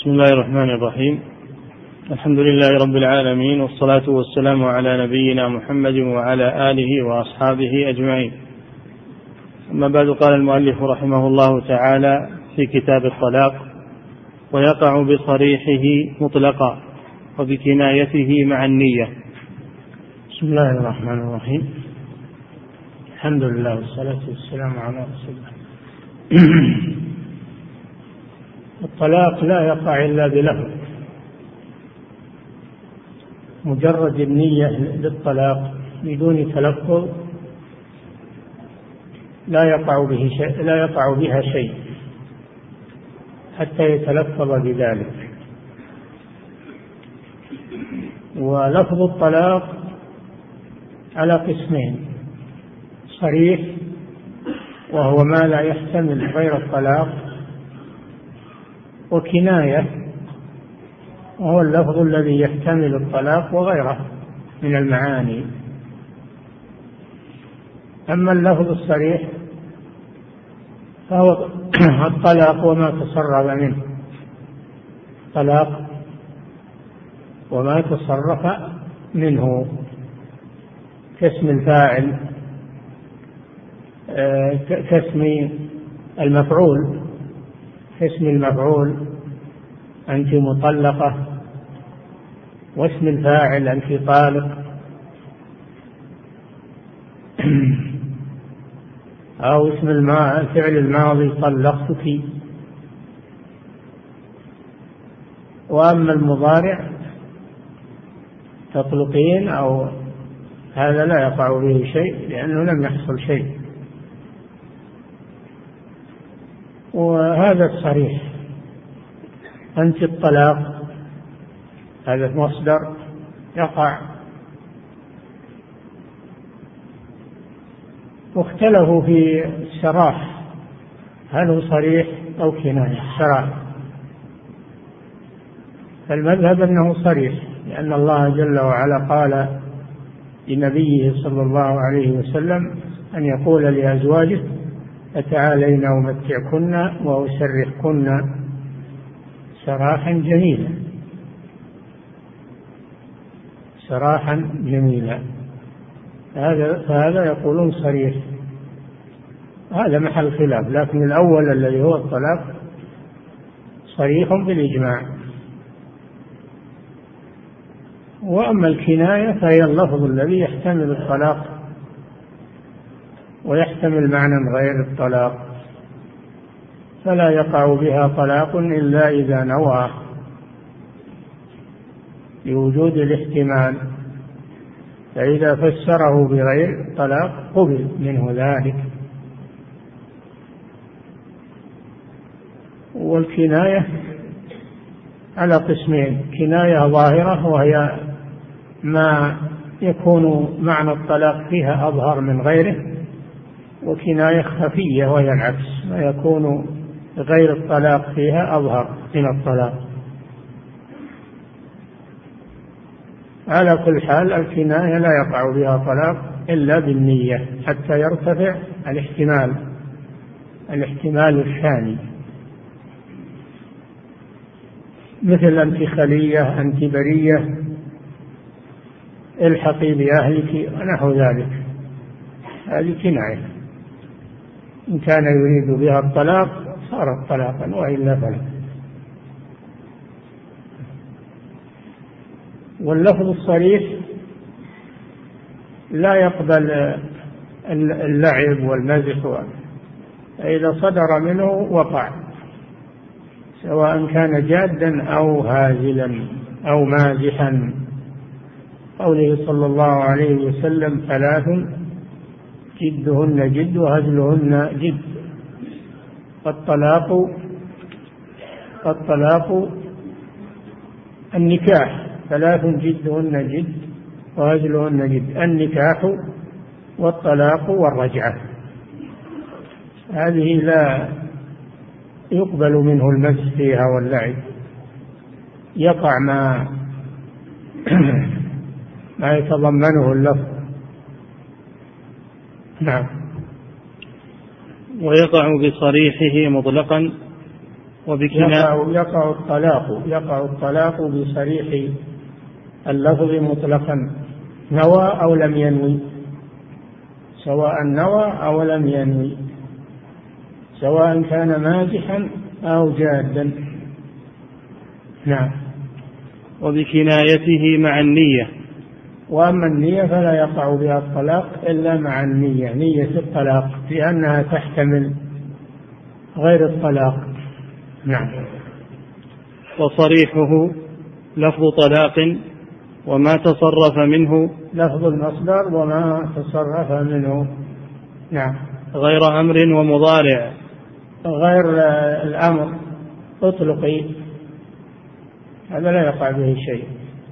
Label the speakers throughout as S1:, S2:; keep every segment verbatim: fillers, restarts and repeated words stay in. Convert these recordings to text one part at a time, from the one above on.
S1: بسم الله الرحمن الرحيم. الحمد لله رب العالمين، والصلاة والسلام على نبينا محمد وعلى آله وأصحابه أجمعين. أما بعد، قال المؤلف رحمه الله تعالى في كتاب الطلاق: ويقع بصريحه مطلقا وبكنايته مع النية.
S2: بسم الله الرحمن الرحيم. الحمد لله والصلاة والسلام على رسول الله. الطلاق لا يقع إلا بلفظ، مجرد النية للطلاق بدون تلفظ لا يقع به شيء، لا يقع بها شيء حتى يتلفظ بذلك. ولفظ الطلاق على قسمين: صريح وهو ما لا يحتمل غير الطلاق، وكناية وهو اللفظ الذي يحتمل الطلاق وغيره من المعاني. أما اللفظ الصريح فهو الطلاق وما تصرف منه، طلاق وما تصرف منه كاسم الفاعل، كاسم المفعول، كاسم المفعول أنت مطلقة، واسم الفاعل أنت طالق، أو اسم الفعل الماضي طلقتك. وأما المضارع تطلقين، أو هذا لا يقع به شيء لأنه لم يحصل شيء. وهذا الصريح: أنت الطلاق، هذا مصدر يقع. واختلفوا في السراح، هل هو صريح أو كناية؟ سراح، فالمذهب أنه صريح، لأن الله جل وعلا قال لنبيه صلى الله عليه وسلم أن يقول لأزواجه: فتعالين أمتعكن وأسرحكن سراحا جميلا، سراحا جميلا. هذا فهذا يقولون صريح، هذا محل خلاف، لكن الأول الذي هو الطلاق صريح بالإجماع. وأما الكناية فهي اللفظ الذي يحتمل الطلاق ويحتمل معنى غير الطلاق، فلا يقع بها طلاق إلا إذا نوى لوجود الاحتمال، فإذا فسره بغير طلاق قبل منه ذلك. والكناية على قسمين: كناية ظاهرة وهي ما يكون معنى الطلاق فيها أظهر من غيره، وكناية خفية وهي العكس، ما يكون غير الطلاق فيها أظهر من الطلاق. على كل حال الكناية لا يقع بها طلاق إلا بالنية حتى يرتفع الاحتمال الاحتمال الثاني، مثل أنت خلية، أنت برية، الحقي بأهلك ونحو ذلك، هذه كناية. إن كان يريد بها الطلاق صارت طلاقا، وإلا فلا. واللفظ الصريح لا يقبل اللعب والمزح، فإذا صدر منه وقع، سواء كان جادا أو هازلا أو مازحا. قوله صلى الله عليه وسلم: ثلاث جدهن جد وهزلهن جد. الطلاق الطلاق النكاح، ثلاث جدهن جد وهزلهن جد: النكاح والطلاق والرجعة. هذه لا يقبل منه المزح فيها واللعب، يقع ما ما يتضمنه اللفظ. نعم.
S1: ويقع بصريحه مطلقا
S2: يقع, يقع الطلاق يقع الطلاق بصريح اللفظ مطلقا نوى أو لم ينوي، سواء نوى أو لم ينوي، سواء كان مازحا أو جادا. نعم.
S1: وبكنايته مع النية.
S2: وأما النية فلا يقع بها الطلاق إلا مع النية، نية الطلاق، لأنها تحتمل غير الطلاق. نعم.
S1: وصريحه لفظ طلاق وما تصرف منه،
S2: لفظ المصدر وما تصرف منه. نعم.
S1: غير أمر ومضارع.
S2: غير الأمر اطلقي، هذا لا يقع به شيء،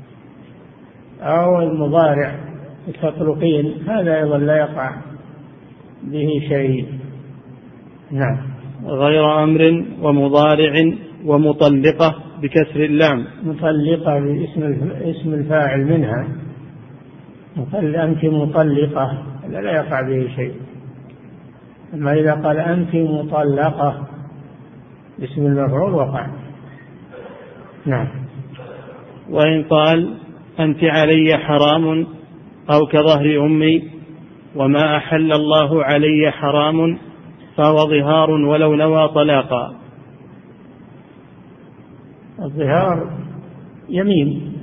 S2: أو المضارع تطلقين، هذا أيضا لا يقع به شيء. نعم.
S1: غير أمر ومضارع ومطلقة بكسر اللام.
S2: مطلقة باسم اسم الفاعل منها، أنت مطلقة، هذا لا يقع به شيء. أما إذا قال أنت مطلقة اسم المفعول وقع. نعم.
S1: وإن قال أنت علي حرام أو كظهر أمي وما أحل الله علي حرام فهو ظهار ولو نوى طلاقا.
S2: الظهار يمين،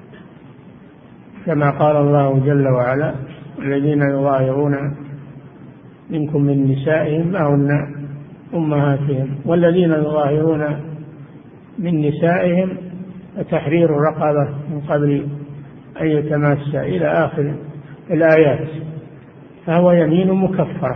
S2: كما قال الله جل وعلا الذين يظاهرون منكم من نسائهم ما هن أمهاتهم والذين يظاهرون من نسائهم تحرير رقبة من قبل أن يتماس إلى آخر الآيات، فهو يمين مكفرة،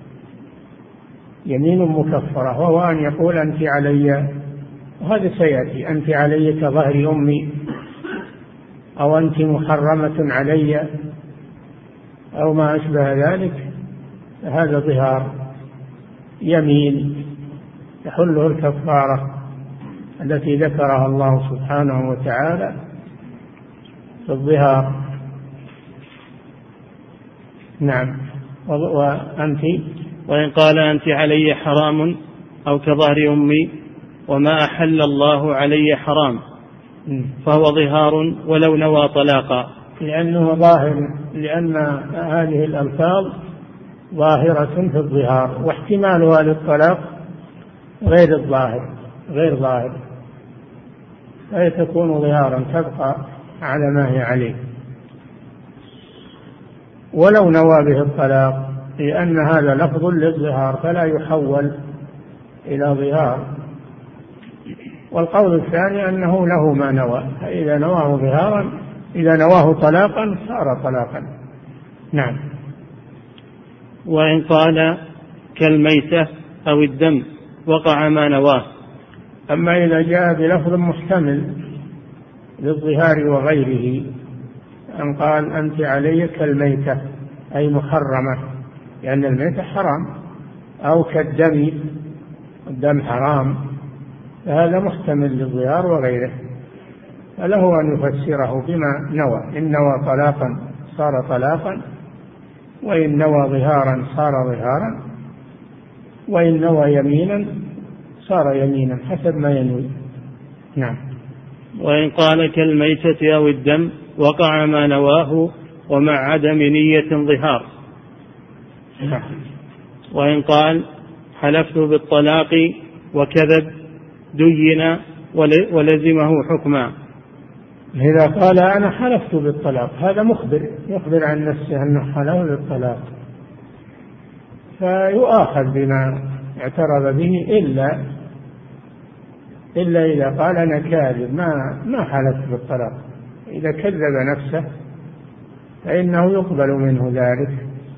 S2: يمين مكفرة، وهو أن يقول أنت علي، وهذا سيأتي، أنت علي كظهر أمي، أو أنت محرمة علي، أو ما أشبه ذلك، هذا ظهار يمين تحله الكفارة التي ذكرها الله سبحانه وتعالى في الظهار.
S1: نعم. وأنت وإن قال أنت علي حرام أو كظهر أمي وما أحل الله علي حرام فهو ظهار ولو نوى طلاقا،
S2: لأنه ظاهر، لأن هذه الألفاظ ظاهرة في الظهار، واحتمالها للطلاق غير الظاهر غير ظاهر، فهي تكون ظهارا، تبقى على ما هي عليه ولو نوى به الطلاق، لأن هذا لفظ للظهار فلا يحول إلى ظهار. والقول الثاني أنه له ما نوى، فإذا نواه ظهارا، إذا نواه طلاقا صار طلاقا. نعم.
S1: وإن قال كالميتة أو الدم وقع ما نواه.
S2: أما إذا جاء بلفظ محتمل للظهار وغيره، أن قال أنت علي كالميتة أي محرمة، لأن الميتة حرام، أو كالدم، الدم حرام، فهذا محتمل للظهار وغيره، فله أن يفسره بما نوى، إن نوى طلاقا صار طلاقا، وإن نوى ظهارا صار ظهارا، وإن نوى يمينا صار يمينا، حسب ما ينوي. نعم.
S1: وإن قال كالميتة أو الدم وقع ما نواه ومع عدم نية ظهار.
S2: نعم.
S1: وإن قال حلفت بالطلاق وكذب دين ولزمه حكما.
S2: إذا قال أنا حلفت بالطلاق، هذا مخبر، يخبر عن نفسه أنه حلف بالطلاق، فيؤاخذ بما اعترف به، إلا إلا إذا قال أنا كاذب، ما ما حلفت بالطلاق. إذا كذب نفسه فإنه يقبل منه ذلك،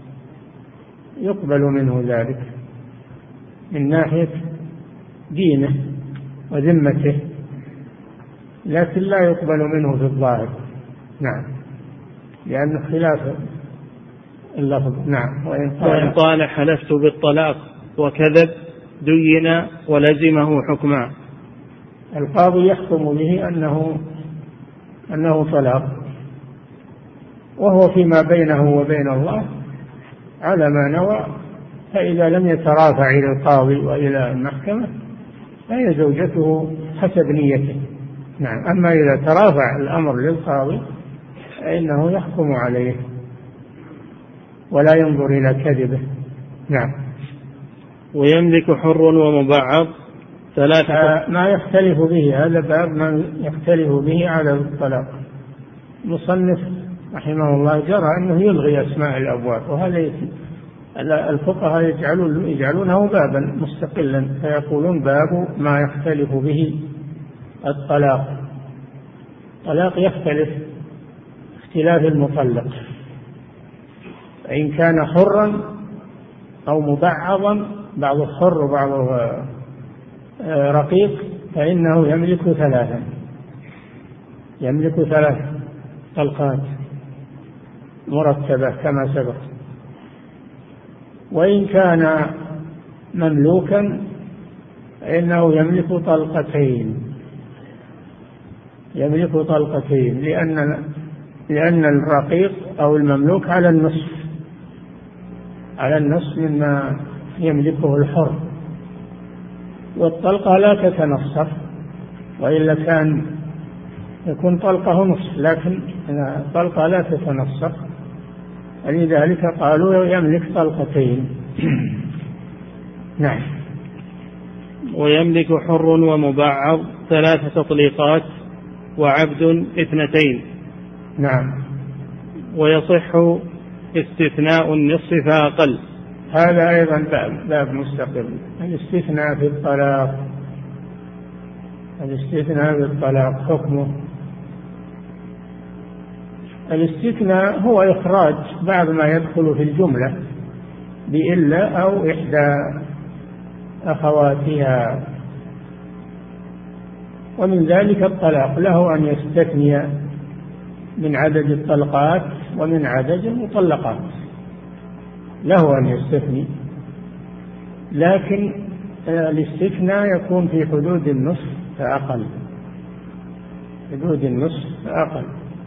S2: يقبل منه ذلك من ناحية دينه وذمته، لكن لا يقبل منه في الظاهر. نعم. لأن خلاف اللفظ. نعم.
S1: وإن قال, وإن قال حلفت بالطلاق وكذب دين ولزمه حكما.
S2: القاضي يحكم به أنه أنه طلاق، وهو فيما بينه وبين الله على ما نوى، فإذا لم يترافع إلى القاضي وإلى المحكمة فهي زوجته حسب نيته. نعم. أما إذا ترافع الأمر للقاضي فإنه يحكم عليه ولا ينظر إلى كذبه. نعم.
S1: ويملك حر ومبعض ثلاثة.
S2: ما يختلف به، هذا باب من يختلف به على الطلاق. مصنف رحمه الله جرى أنه يلغي أسماء الأبواب، وهذا الفقهاء يجعلون يجعلونه بابا مستقلا، فيقولون باب ما يختلف به الطلاق. الطلاق يختلف اختلاف المطلق، فإن كان حرا أو مبعضا، بعضه حر وبعضه رقيق، فإنه يملك ثلاثا يملك ثلاث طلقات مرتبة كما سبق. وإن كان مملوكا فإنه يملك طلقتين يملك طلقتين لأن لأن الرقيق أو المملوك على النصف على النصف مما يملكه الحر، والطلقة لا تتنصف، وإلا كان يكون طلقه نصف، لكن الطلقة لا تتنصف، لذلك قالوا يملك طلقتين. نعم.
S1: ويملك حر ومبعض ثلاث تطليقات وعبد اثنتين.
S2: نعم.
S1: ويصح استثناء النصف فأقل.
S2: هذا أيضا باب, باب مستقل. الاستثناء في الطلاق الاستثناء في الطلاق حكمه. الاستثناء هو إخراج بعض ما يدخل في الجملة بإلا أو إحدى أخواتها، ومن ذلك الطلاق له أن يستثني من عدد الطلقات ومن عدد المطلقات، له أن يستثني، لكن الاستثناء يكون في حدود النصف فأقل حدود النصف فأقل.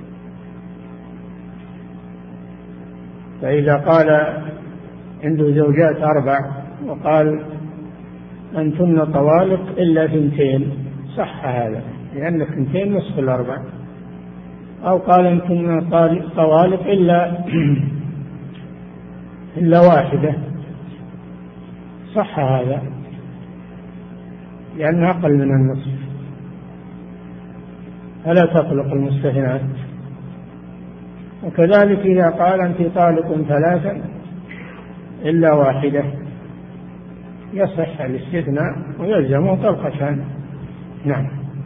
S2: فإذا قال عنده زوجات أربع وقال أنتن طوالق إلا ثنتين، صح هذا، لأن ثنتين نصف الأربع. أو قال أنتن طوالق إلا إلا واحدة، صح هذا، لأنها أقل من النصف، فلا تطلق المستثنات. وكذلك إذا قال أنت طالق ثلاثا إلا واحدة، يصح الاستثناء ويلزمه طلقتان. نعم.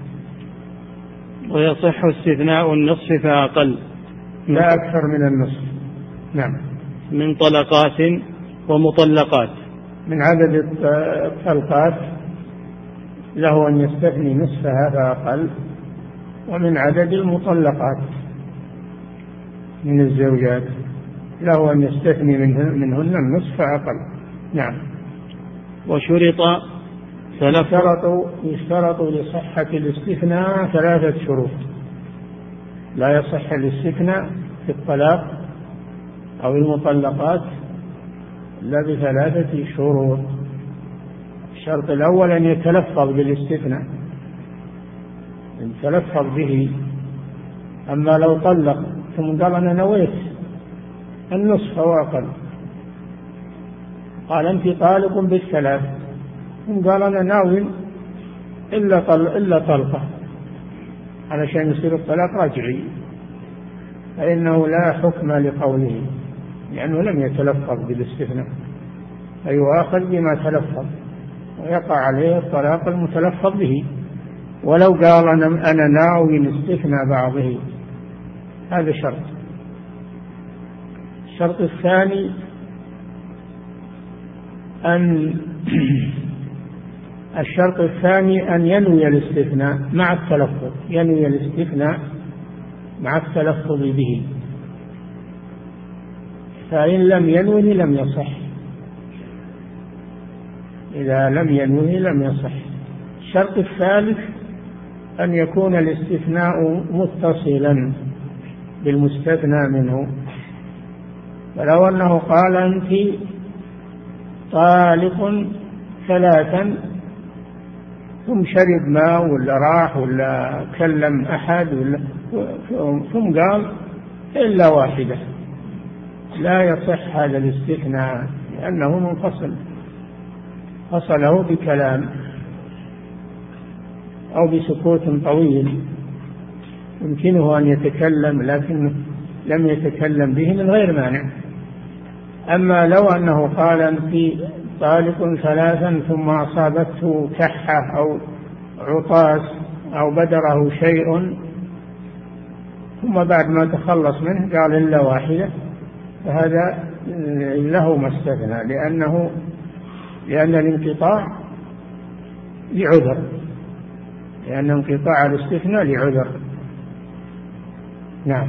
S1: ويصح استثناء النصف فأقل،
S2: لا أكثر من النصف. نعم.
S1: من طلقات ومطلقات،
S2: من عدد الطلقات له أن يستثني نصفها فأقل، ومن عدد المطلقات من الزوجات له أن يستثني منهن النصف فأقل. نعم.
S1: وشرط
S2: يشترط يشترط لصحة الاستثناء ثلاثة شروط. لا يصح الاستثناء في الطلاق أو المطلقات إلا بثلاثة شروط. الشرط الأول أن يتلفظ بالاستثناء، يتلفظ به. أما لو طلق ثم قال أنا نويت النصف أو أقل، قال أنت طالق بالثلاث، ثم قال أنا ناوي إلا طل إلا طلقة علشان يصير الطلاق رجعي، فإنه لا حكم لقوله، لأنه لم يتلفظ بالاستثناء، فيؤاخذ بما تلفظ ويقع عليه الطلاق المتلفظ به. ولو قال أنا, أنا ناوي استثناء بعضه، هذا شرط. الشرط الثاني أن الشرط الثاني أن ينوي الاستثناء مع التلفظ، ينوي الاستثناء مع التلفظ به، فإن لم ينوه لم يصح، إذا لم ينوه لم يصح. الشرط الثالث أن يكون الاستثناء متصلا بالمستثنى منه، فلو أنه قال أنت طالق ثلاثا ثم شرب ماء ولا راح ولا كلم أحد ولا ثم قال إلا واحدة، لا يصح هذا الاستثناء لأنه منفصل، فصله بكلام أو بسكوت طويل يمكنه أن يتكلم لكن لم يتكلم به من غير مانع. أما لو أنه قال أنت طالق ثلاثا ثم أصابته كحة أو عطاس أو بدره شيء ثم بعد ما تخلص منه قال إلا واحدة، فهذا له ما استثنى، لأنه لأن الانقطاع لعذر، لأن انقطاع الاستثناء لعذر. نعم.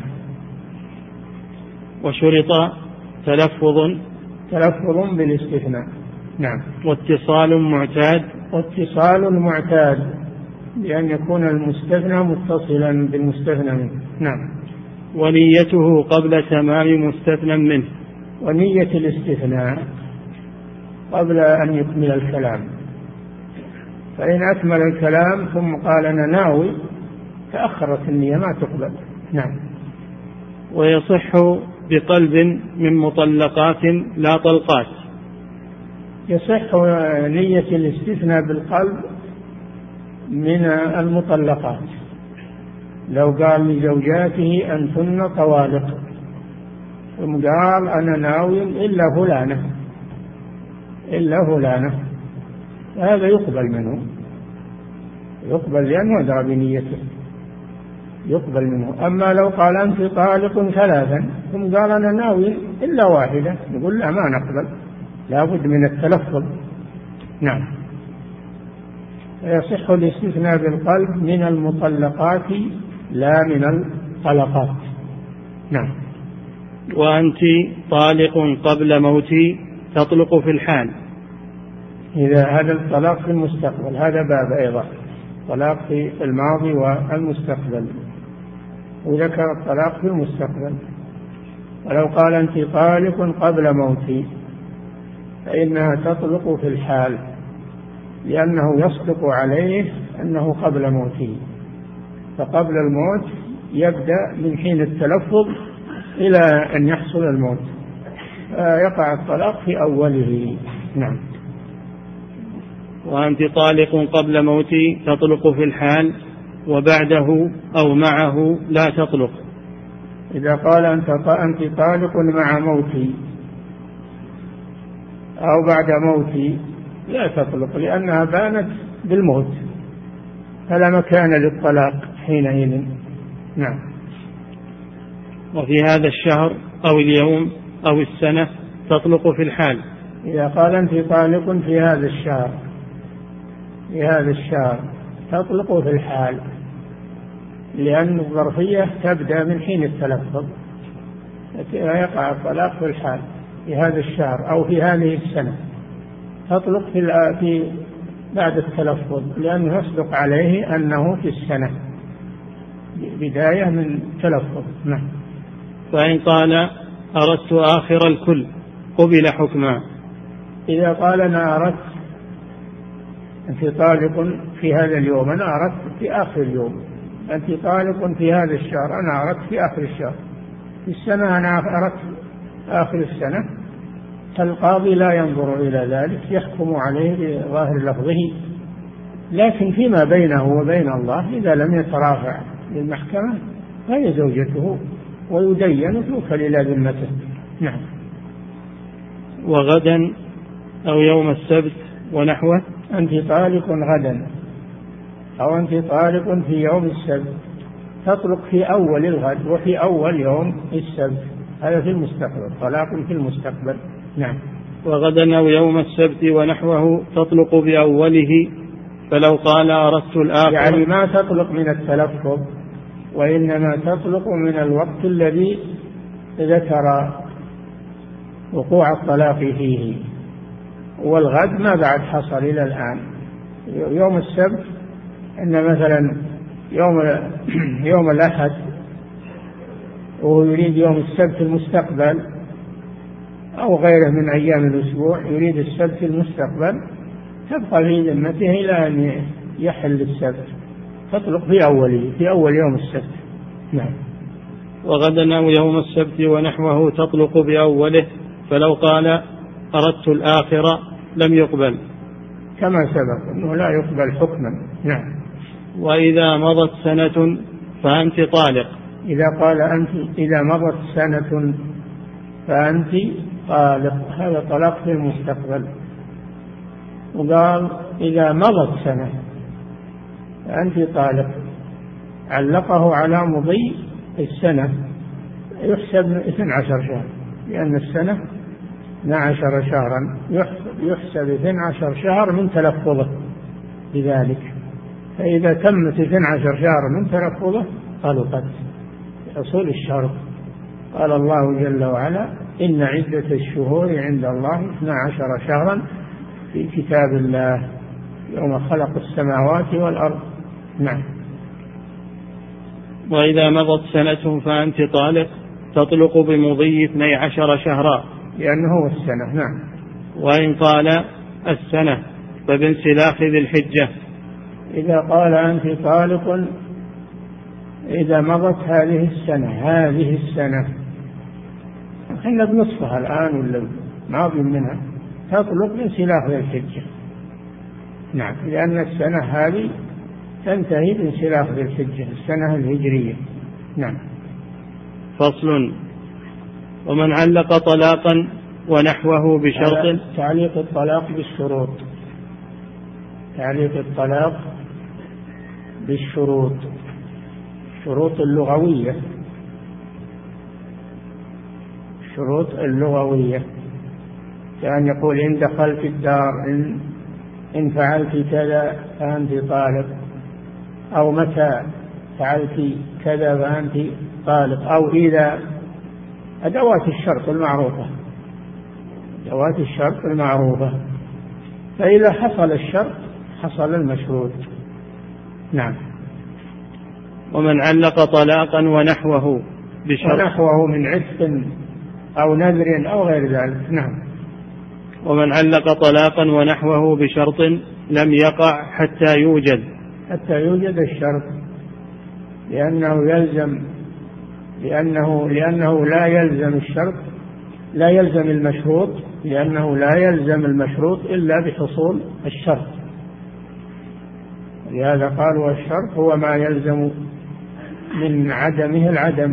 S1: وشرط تلفظ
S2: تلفظ بالاستثناء. نعم.
S1: واتصال معتاد.
S2: واتصال معتاد بأن يكون المستثنى متصلا بالمستثنى منه. نعم.
S1: ونيته قبل تمام مستثنى منه.
S2: ونية الاستثناء قبل أن يكمل الكلام، فإن أكمل الكلام ثم قال أنا ناوي تأخرت النية ما تقبل. نعم.
S1: ويصح بقلب من مطلقات لا طلقات.
S2: يصح نية الاستثناء بالقلب من المطلقات، لو قال لزوجاته أنتن طوالق ثم قال أنا ناوي إلا فلانة إلا فلانة، هذا يقبل منه، يقبل لأنه أدرى بنيته، يقبل منه. أما لو قال أنت طالق ثلاثا ثم قال أنا ناوي إلا واحدة، نقول لا ما نقبل، لا بد من التلفظ. نعم. يصح الاستثناء بالقلب من المطلقات لا من الطلقات. نعم.
S1: وأنت طالق قبل موتي تطلق في الحال.
S2: إذا هذا الطلاق في المستقبل، هذا باب أيضا، طلاق في الماضي والمستقبل، وذكر الطلاق في المستقبل. ولو قال أنت طالق قبل موتي فإنها تطلق في الحال، لأنه يصدق عليه أنه قبل موته، فقبل الموت يبدأ من حين التلفظ إلى أن يحصل الموت، يقع الطلاق في أوله. نعم.
S1: وأنت طالق قبل موتي تطلق في الحال وبعده أو معه لا تطلق.
S2: إذا قال أنت أنت طالق مع موتي أو بعد موتي لا تطلق، لأنها بانت بالموت، فلا مكان للطلاق حينئذ. نعم.
S1: وفي هذا الشهر أو اليوم أو السنة تطلق في الحال.
S2: إذا قال أنت طالق في هذا الشهر في هذا الشهر تطلق في الحال، لأن الظرفية تبدأ من حين التلفظ، يقع الطلاق في الحال في هذا الشهر أو في هذه السنة، تطلق في بعد التلفظ، لأنه يصدق عليه أنه في السنة بداية من تلفظ. نعم.
S1: فإن قال أردت آخر الكل قبل حكما.
S2: إذا قال أنا أردت أنت طالق في هذا اليوم، أنا أردت في آخر اليوم، أنت طالق في هذا الشهر، أنا أردت في آخر الشهر، في السنة أنا أردت آخر السنة، فالقاضي لا ينظر إلى ذلك، يحكم عليه بظاهر لفظه، لكن فيما بينه وبين الله إذا لم يترافع للمحكمة فهي زوجته ويدين وتوكل إلى ذمته. نعم.
S1: وغدا أو يوم السبت ونحوه.
S2: أنت طالق غدا أو أنت طالق في يوم السبت، تطلق في أول الغد وفي أول يوم السبت، هذا في المستقبل، طلاق في المستقبل. نعم.
S1: وغدا أو يوم السبت ونحوه تطلق بأوله، فلو قال أردت الآخر،
S2: يعني ما تطلق من التلفظ، وإنما تطلق من الوقت الذي ذكر وقوع الطلاق فيه، والغد ما بعد حصل إلى الآن. يوم السبت أن مثلا يوم يوم الأحد وهو يريد يوم السبت المستقبل أو غيره من أيام الأسبوع، يريد السبت المستقبل، تبقى في ذمته إلى أن يحل السبت، تطلق في أوله في أول يوم السبت. نعم.
S1: وغدا أو يوم السبت ونحوه تطلق بأوله، فلو قال أردت الآخرة لم يقبل
S2: كما سبق أنه لا يقبل حكما. نعم.
S1: وإذا مضت سنة فأنت طالق.
S2: إذا قال أنت إذا مضت سنة فأنت طالق، هذا طلاق في المستقبل. وقال إذا مضت سنة فأنت طالق، علقه على مضي السنة، يحسب اثني عشر شهر، لأن السنة اثني عشر شهرا، يحسب اثني عشر شهر من تلفظه بذلك. فإذا تمت اثني عشر شهر من تلفظه طلقت أصول الشرط. قال الله جل وعلا إن عدة الشهور عند الله اثنا عشر شهرا في كتاب الله يوم خلق السماوات والأرض. نعم.
S1: وإذا مضت سنة فأنت طالق تطلق بمضي اثني عشر شهرا،
S2: لأنه هو السنة. نعم.
S1: وإن قال السنة فبانسلاخ ذي الحجة.
S2: إذا قال أنت طالق إذا مضت هذه السنة هذه السنة احنا بنصفها الآن ولا ماضي منها، تطلق بانسلاخ ذي الحجة. نعم، لأن السنة هذه تنتهي بانسلاخ ذي الحجة السنة الهجرية. نعم.
S1: فصل. ومن علق طلاقا ونحوه بشرط.
S2: تعليق الطلاق بالشروط. تعليق الطلاق بالشروط، الشروط اللغوية، الشروط اللغوية، كأن يقول إن دخلت الدار، إن, إن فعلت كذا فأنت طالق، أو متى فعلت كذا فأنت طالق، أو إذا، أدوات الشرط المعروفة، أدوات الشرط المعروفة. فإذا حصل الشرط حصل المشروط. نعم.
S1: ومن علق طلاقا ونحوه بشرط.
S2: ونحوه من عتق أو نذر أو غير ذلك. نعم.
S1: ومن علق طلاقا ونحوه بشرط لم يقع حتى يوجد.
S2: حتى يوجد الشرط، لأنه يلزم لأنه لأنه لا يلزم الشرط، لا يلزم المشروط، لأنه لا يلزم المشروط إلا بحصول الشرط. لهذا قال والشرط هو ما يلزم من عدمه العدم،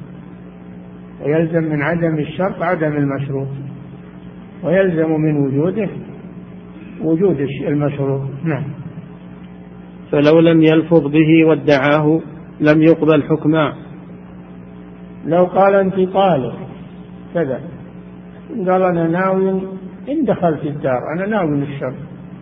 S2: ويلزم من عدم الشرط عدم المشروط، ويلزم من وجوده وجود المشروط. نعم.
S1: فلو لم يلفظ به وادعاه لم يقبل حكما.
S2: لو قال أنت طالق كذا، قال أنا ناوي إن دخلت الدار، أنا ناوي الشرط،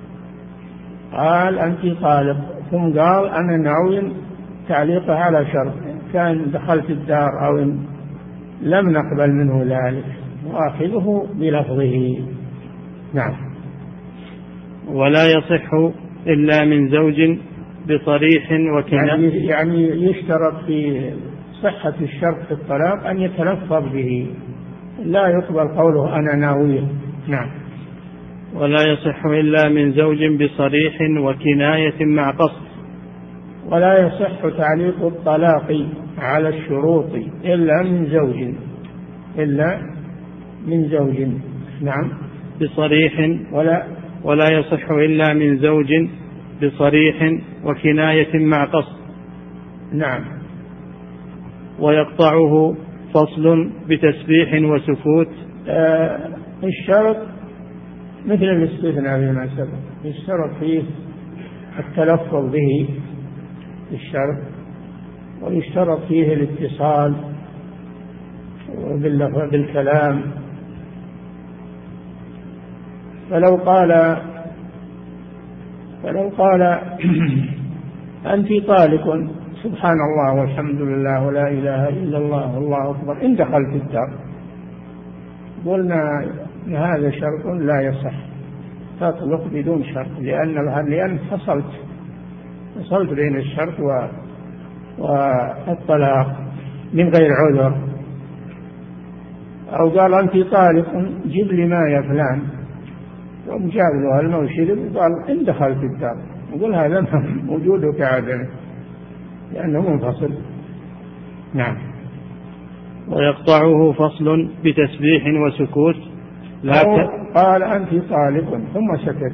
S2: قال أنت طالق، ثم قال أنا ناوي تعليقه على شرط، كان دخلت الدار أو إن لم نقبل منه ذلك، وآخذه بلفظه. نعم.
S1: ولا يصح إلا من زوج بصريح وكناية.
S2: يعني, يعني يشترط في صحة الشرط في الطلاق أن يتلفظ به، لا يقبل قوله أنا ناوي. نعم.
S1: ولا يصح إلا من زوج بصريح وكناية مع قصد.
S2: ولا يصح تعليق الطلاق على الشروط إلا من زوج، إلا من زوج. نعم.
S1: بصريح. ولا ولا يصح إلا من زوج بصريح وكناية مع قصد.
S2: نعم.
S1: ويقطعه فصل بتسبيح وسكوت.
S2: آه الشرط مثل الاستثناء بما سبق، يشترط فيه التلفظ به الشرط، ويشترط فيه الاتصال بالكلام. فلو قال فلو قال أنت طالق، سبحان الله والحمد لله ولا إله إلا الله والله أكبر، إن دخلت الدار، قلنا إن هذا شرط لا يصح، تطلق بدون شرط، لأن لأن فصلت فصلت بين الشرط والطلاق من غير عذر. أو قال أنت طالق جيب لي ما يا فلان، ثم جاب له الموشد وقال إن دخلت الدار، يقول هذا وجوده كعدمه لأنه منفصل. نعم.
S1: ويقطعه فصل بتسبيح وسكوت لا ت...
S2: قال أنت طالق ثم سكت،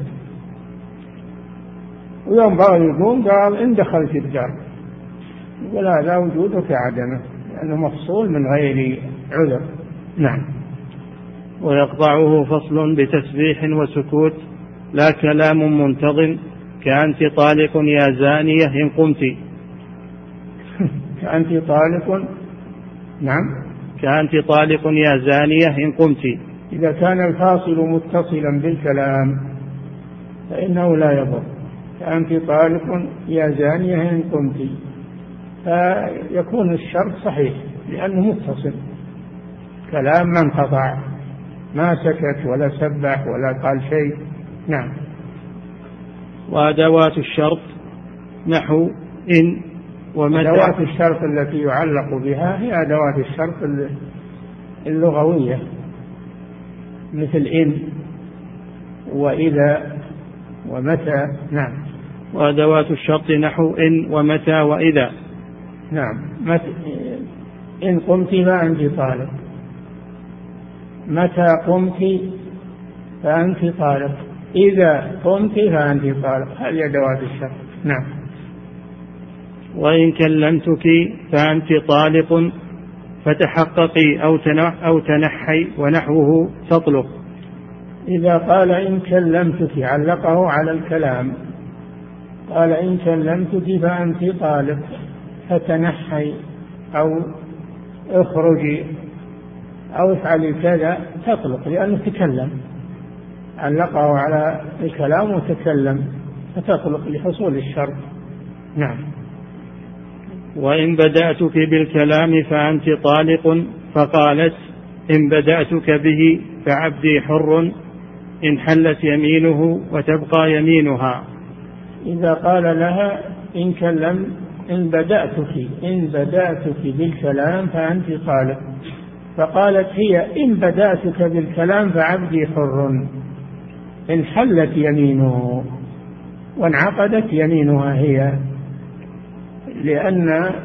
S2: ويوم بغى يقوم قال إن دخلت الدار، يقول هذا وجوده كعدمه لأنه مفصول من غير عذر. نعم.
S1: ويقطعه فصل بتسبيح وسكوت لا كلام منتظم كأنت طالق يا زانية إن قمت.
S2: كأنت طالق. نعم.
S1: كأنت طالق يا زانية إن قمت.
S2: إذا كان الفاصل متصلا بالكلام فإنه لا يضر. كأنت طالق يا زانية إن قمت، فيكون الشرط صحيح لأنه متصل، كلام ما انقطع، ما سكت ولا سبح ولا قال شيء. نعم.
S1: وأدوات الشرط نحو إن ومتى.
S2: أدوات الشرط التي يعلق بها هي أدوات الشرط اللغوية مثل إن وإذا ومتى. نعم.
S1: وأدوات الشرط نحو إن ومتى وإذا.
S2: نعم. متى إن قمت فأنت طالق، متى قمت فأنت طالق، إذا قمت فأنت طالق، هذه أدوات الشرط. نعم.
S1: وإن كلمتك فأنت طالق فتحققي أو أو تنحي ونحوه تطلق.
S2: إذا قال إن كلمتك علقه على الكلام، قال إن كلمتك فأنت طالق فتنحي أو اخرجي أو افعلي كذا تطلق لأنه تكلم، علقه على الكلام وتكلم فتطلق لحصول الشرط. نعم.
S1: وإن بدأتك بالكلام فأنت طالق فقالت إن بدأتك به فعبدي حر إن حلت يمينه وتبقى يمينها.
S2: إذا قال لها إن كلم إن بدأتك إن بدأتك بالكلام فأنت طالق، فقالت هي إن بدأتك بالكلام فعبدي حر إن حلت يمينه وانعقدت يمينها هي، لأن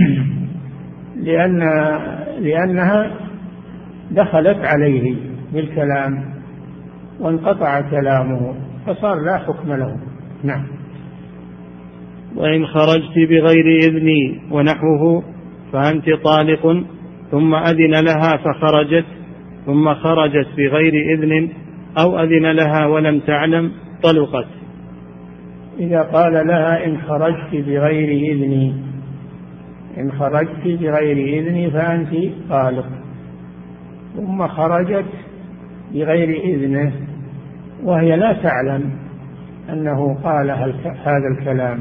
S2: لأن لأنها دخلت عليه بالكلام وانقطع كلامه فصار لا حكم له. نعم.
S1: وإن خرجت بغير إذني ونحوه فأنت طالق ثم أذن لها فخرجت ثم خرجت بغير إذن أو أذن لها ولم تعلم طلقت.
S2: إذا قال لها إن خرجت بغير إذني إن خرجت بغير إذني فأنت طالق، ثم خرجت بغير إذنه وهي لا تعلم أنه قال هذا الكلام،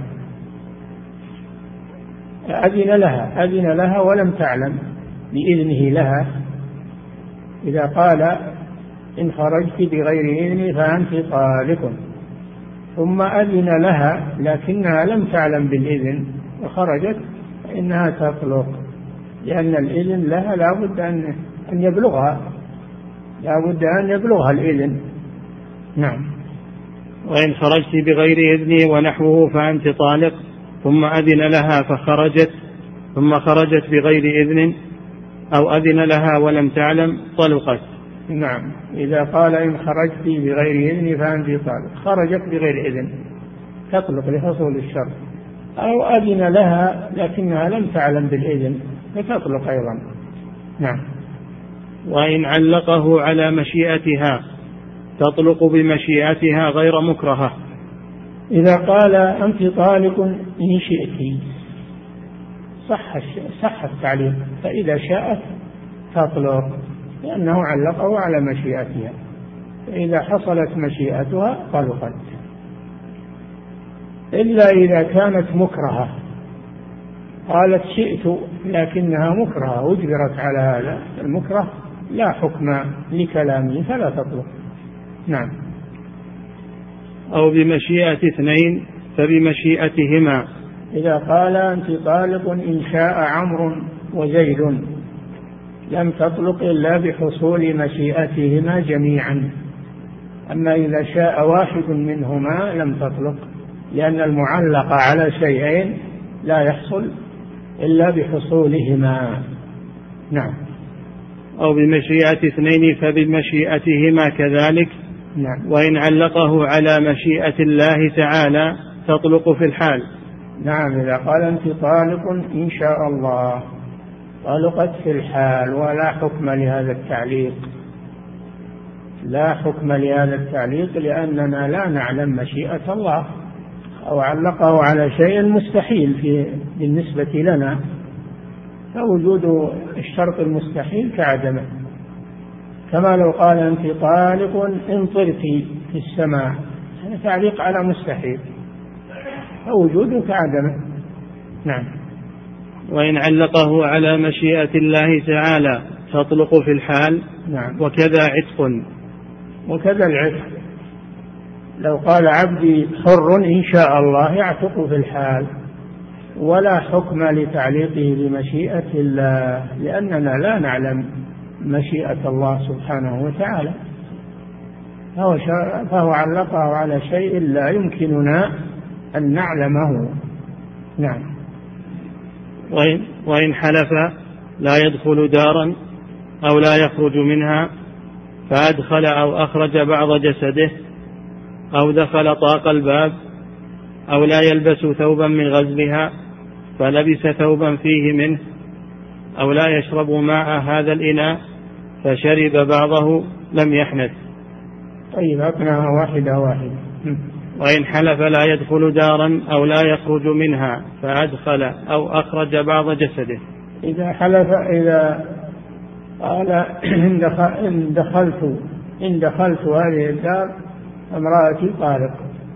S2: أذن لها أذن لها ولم تعلم بإذنه لها. إذا قال إن خرجت بغير إذني فأنت طالق ثم أذن لها لكنها لم تعلم بالإذن وخرجت فإنها تطلق، لأن الإذن لها لا بد أن أن يبلغها لا بد أن يبلغها الإذن. نعم.
S1: وإن خرجت بغير إذني ونحوه فأنت طالق ثم أذن لها فخرجت ثم خرجت بغير إذن أو أذن لها ولم تعلم طلقت.
S2: نعم. إذا قال إن خرجت بغير إذن فأنت طالق، خرجت بغير إذن تطلق لحصول الشر، أو أذن لها لكنها لم تعلم بالإذن فتطلق أيضا. نعم.
S1: وإن علقه على مشيئتها تطلق بمشيئتها غير مكرهة.
S2: إذا قال أنت طالق إن شئت صح صح التعليق، فإذا شاءت تطلق لأنه علقه على مشيئتها، فإذا حصلت مشيئتها طلقت، إلا إذا كانت مكرهة، قالت شئت لكنها مكرهة أجبرت على هذا المكره لا حكم لكلامه فلا تطلق. نعم.
S1: أو بمشيئة اثنين فبمشيئتهما.
S2: إذا قال أنت طالق إن شاء عمرو وزيد لم تطلق إلا بحصول مشيئتهما جميعا، أما إذا شاء واحد منهما لم تطلق لأن المعلق على شيئين لا يحصل إلا بحصولهما. نعم.
S1: أو بمشيئة اثنين فبمشيئتهما كذلك.
S2: نعم.
S1: وإن علقه على مشيئة الله تعالى تطلق في الحال.
S2: نعم. إذا قال أنت طالق إن شاء الله طلقت في الحال، ولا حكم لهذا التعليق، لا حكم لهذا التعليق لأننا لا نعلم مشيئة الله، أو علقه على شيء مستحيل في بالنسبة لنا، فوجود الشرط المستحيل كعدمه. كما لو قال أنت طالق إن طرت في السماء، هذا تعليق على مستحيل، فوجوده كعدمه. نعم.
S1: وإن علقه على مشيئة الله تعالى تطلق في الحال.
S2: نعم.
S1: وكذا عتق.
S2: وكذا العتق، لو قال عبدي حر إن شاء الله يعتق في الحال، ولا حكم لتعليقه بمشيئة الله لأننا لا نعلم مشيئة الله سبحانه وتعالى، فهو, فهو علقه على شيء لا يمكننا أن نعلمه. نعم.
S1: وإن, وإن حلف لا يدخل دارا أو لا يخرج منها فأدخل أو أخرج بعض جسده أو دخل طاق الباب أو لا يلبس ثوبا من غزلها فلبس ثوبا فيه منه أو لا يشرب ماء هذا الإناء فشرب بعضه لم يحنث.
S2: طيب أقنعها واحدة واحدة.
S1: وإن حلف لا يدخل دارا أو لا يخرج منها فأدخل أو أخرج بعض جسده.
S2: إذا حلف إذا قال إن دخلت إن دخلت هذه الدار امرأتي طالق،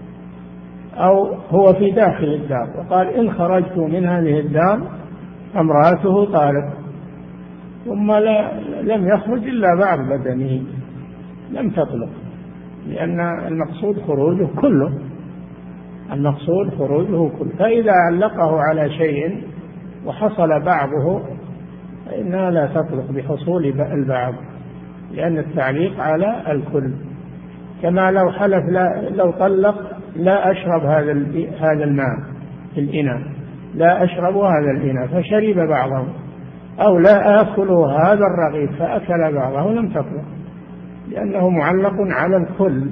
S2: أو هو في داخل الدار وقال إن خرجت من هذه الدار امرأته طالق، ثم لا لم يخرج إلا بعض بدنه، لم تطلق، لأن المقصود خروجه كله، المقصود خروجه كله. فإذا علقه على شيء وحصل بعضه فإنها لا تطلق بحصول البعض، لأن التعليق على الكل. كما لو حلف لا لو طلق لا أشرب هذا هذا الماء في الإناء، لا أشرب هذا الإناء فشرب بعضه، أو لا آكل هذا الرغيف فأكل بعضه، لم تطلق، لأنه معلق على الكل،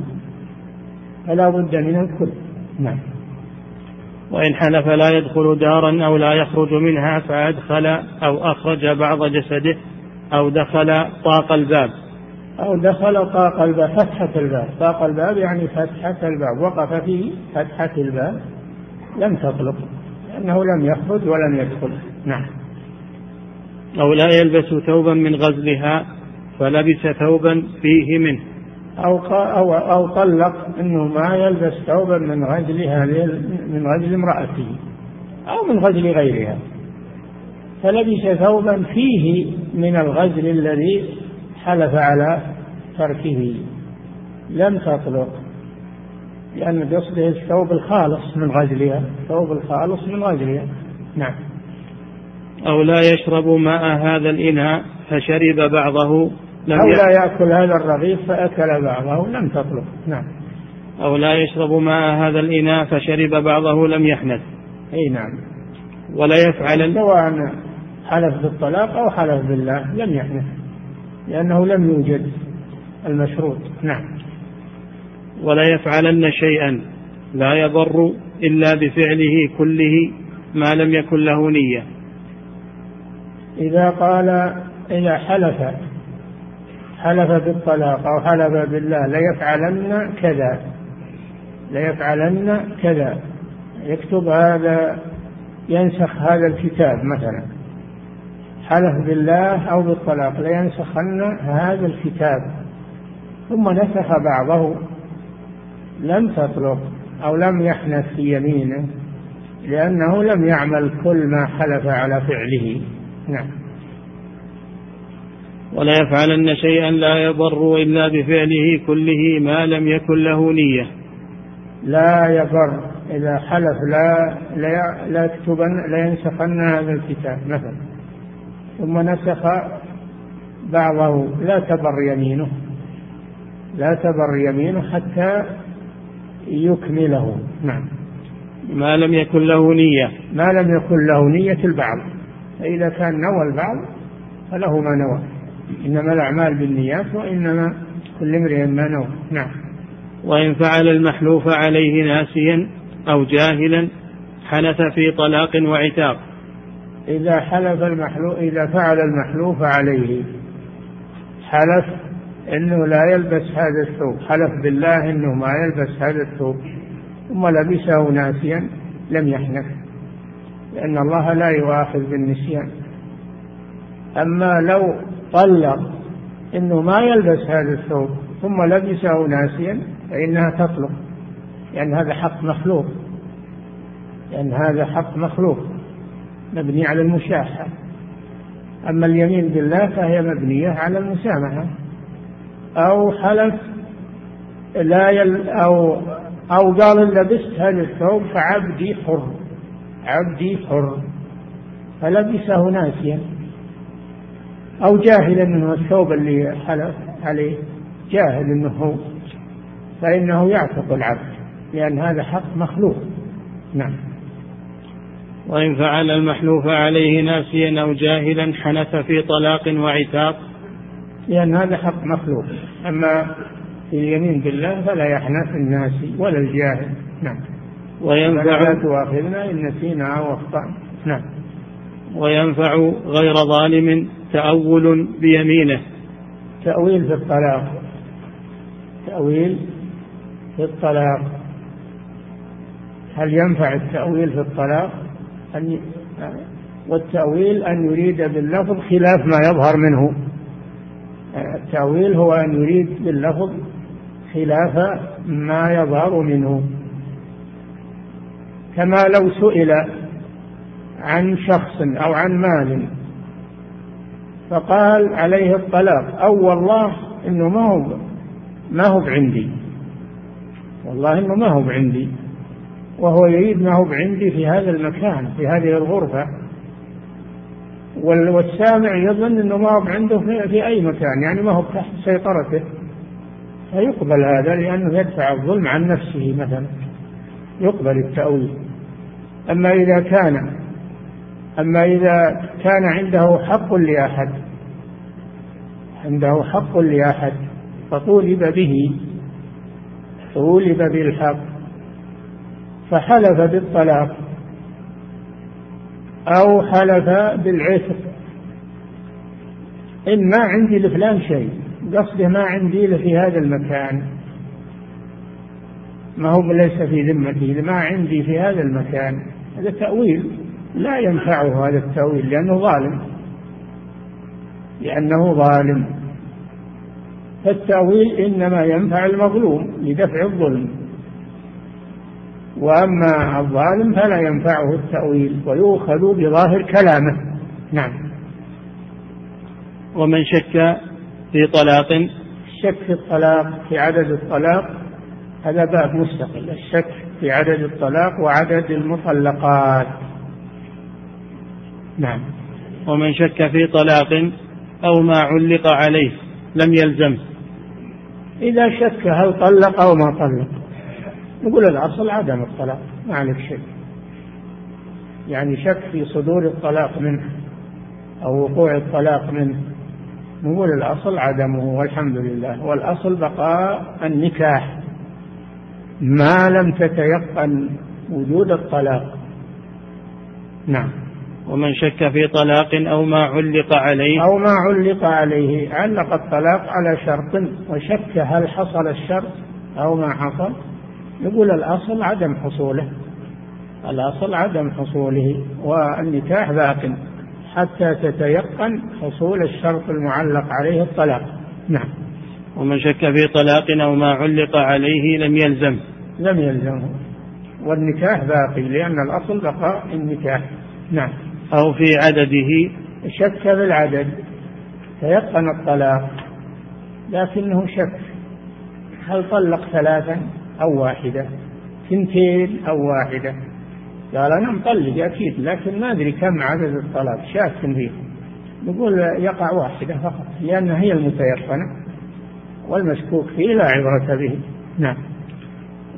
S2: فلا بد من الكل. نعم.
S1: وإن حلف لا يدخل دارا أو لا يخرج منها فأدخل أو أخرج بعض جسده أو دخل طاق الباب
S2: أو دخل طاق الباب، فتحة الباب، طاق الباب يعني فتحة الباب، وقف في فتحة الباب، لم تطلق لأنه لم يخرج ولم يدخل. نعم.
S1: أو لا يلبس ثوبا من غزلها فلبس ثوبا فيه منه.
S2: أو أو أو طلق إنه ما يلبس ثوبا من غزلها من غزل امرأته أو من غزل غيرها، فلبس ثوبا فيه من الغزل الذي حلف على تركه، لم تطلق، لأن قصده الثوب الخالص من غزلها، الثوب الخالص من غزلها. نعم.
S1: أو لا يشرب ماء هذا الإناء فشرب بعضه لم
S2: أو لا يأكل هذا الرغيف فأكل بعضه، لم تطلق. نعم.
S1: أو لا يشرب ماء هذا الإناء فشرب بعضه لم يحنث.
S2: أي نعم.
S1: ولا يفعل
S2: سواء حلف بالطلاق أو حلف بالله لم يحنث، لأنه لم يوجد المشروط. نعم.
S1: ولا يفعلن شيئا لا يضر إلا بفعله كله ما لم يكن له نية.
S2: إذا قال إذا حلف حلف بالطلاق أو حلف بالله ليفعلن كذا ليفعلن كذا، يكتب هذا ينسخ هذا الكتاب مثلا، حلف بالله أو بالطلاق لينسخن هذا الكتاب، ثم نسخ بعضه، لم تطلق أو لم يحنث في يمينه، لأنه لم يعمل كل ما حلف على فعله. نعم.
S1: ولا يفعلن شيئا لا يضر إلا بفعله كله ما لم يكن له نية.
S2: لا يضر، إذا حلف لا لا, لا يكتبن لا ينسخن هذا الكتاب مثلا، ثم نسخ بعضه، لا تبر يمينه، لا تبر يمينه حتى يكمله. نعم.
S1: ما لم يكن له نية
S2: ما لم يكن له نية البعض، فإذا كان نوى البعض فله ما نوى، إنما الأعمال بالنيات وإنما كل امرئ ما نوى. نعم.
S1: وإن فعل المحلوف عليه ناسيا أو جاهلا حنث في طلاق وعتاق.
S2: إذا حلف المحلوف إذا فعل المحلوف عليه، حلف إنه لا يلبس هذا الثوب، حلف بالله إنه ما يلبس هذا الثوب ثم لبسه ناسيا لم يحنث، لأن الله لا يؤاخذ بالنسيان. أما لو طلق إنه ما يلبس هذا الثوب ثم لبسه ناسيا فإنها تطلق، لأن هذا حق مخلوق، لأن هذا حق مخلوق مبني على المشاحة. أما اليمين بالله فهي مبنية على المسامحة. أو حلف لا يل أو أو قال إن لبست هذا الثوب فعبدي حر، عبدي حر، فلبسه ناسيا أو جاهلا أنه الثوب اللي حلف عليه جاهل أنه، فإنه يعتق العبد، لأن هذا حق مخلوق. نعم.
S1: وإن فعل المحلوف عليه ناسيا أو جاهلا حنث في طلاق وعتاق،
S2: لأن هذا حق مخلوق. أما في اليمين بالله فلا يحنث الناسي ولا الجاهل. نعم.
S1: وينفع
S2: لا تؤاخذنا إن نسينا أو أخطأنا. نعم.
S1: وينفع غير ظالم تأول بيمينه.
S2: تأويل في الطلاق، تأويل في الطلاق. هل ينفع التأويل في الطلاق؟ أن والتأويل أن يريد باللفظ خلاف ما يظهر منه. التأويل هو أن يريد باللفظ خلاف ما يظهر منه، كما لو سئل عن شخص أو عن مال فقال عليه الطلاق أو والله إنه ما هو ما هو بعندي، والله إنه ما هو بعندي، وهو يريد ما هو بعندي في هذا المكان في هذه الغرفة، والسامع يظن إنه ما هو عنده في أي مكان، يعني ما هو تحت سيطرته، فيقبل هذا لأنه يدفع الظلم عن نفسه مثلا، يقبل التأويل. أما إذا كان أما إذا كان عنده حق لأحد عنده حق لأحد فطولب به طولب بالحق فحلف بالطلاق أو حلف بالعتق، إن ما عندي لفلان شيء، قصده ما عندي في هذا المكان، ما هو ليس في ذمتي، ما عندي في هذا المكان، هذا تأويل لا ينفعه هذا التأويل لأنه ظالم لأنه ظالم فالتأويل إنما ينفع المظلوم لدفع الظلم، وأما الظالم فلا ينفعه التأويل ويؤخذ بظاهر كلامه. نعم.
S1: ومن شك في طلاق،
S2: الشك في الطلاق في عدد الطلاق هذا باب مستقل، الشك في عدد الطلاق وعدد المطلقات. نعم.
S1: ومن شك في طلاق أو ما علق عليه لم يلزم.
S2: إذا شك هل طلق أو ما طلق نقول الأصل عدم الطلاق، ما عليك شيء، يعني شك في صدور الطلاق منه أو وقوع الطلاق منه نقول الأصل عدمه والحمد لله، والأصل بقاء النكاح ما لم تتيقن وجود الطلاق. نعم.
S1: ومن شك في طلاق أو ما علق عليه
S2: أو ما علق عليه، علق الطلاق على شرط وشك هل حصل الشرط أو ما حصل، يقول الأصل عدم حصوله، الأصل عدم حصوله والنكاح باق حتى تتيقن حصول الشرط المعلق عليه الطلاق. نعم.
S1: ومن شك في طلاق أو ما علق عليه لم يلزم
S2: لم يلزمه والنكاح باقي لأن الأصل بقاء النكاح. نعم.
S1: أو في عدده،
S2: شك بالعدد تيقن الطلاق لكنه شك هل طلق ثلاثا أو واحدة، ثنتين أو واحدة، قال أنا مطلق أكيد لكن ما أدري كم عدد الطلاق، شاك فيه، نقول يقع واحدة فقط لأنها هي المتيقنة والمشكوك فيه لا عبرة به. نعم.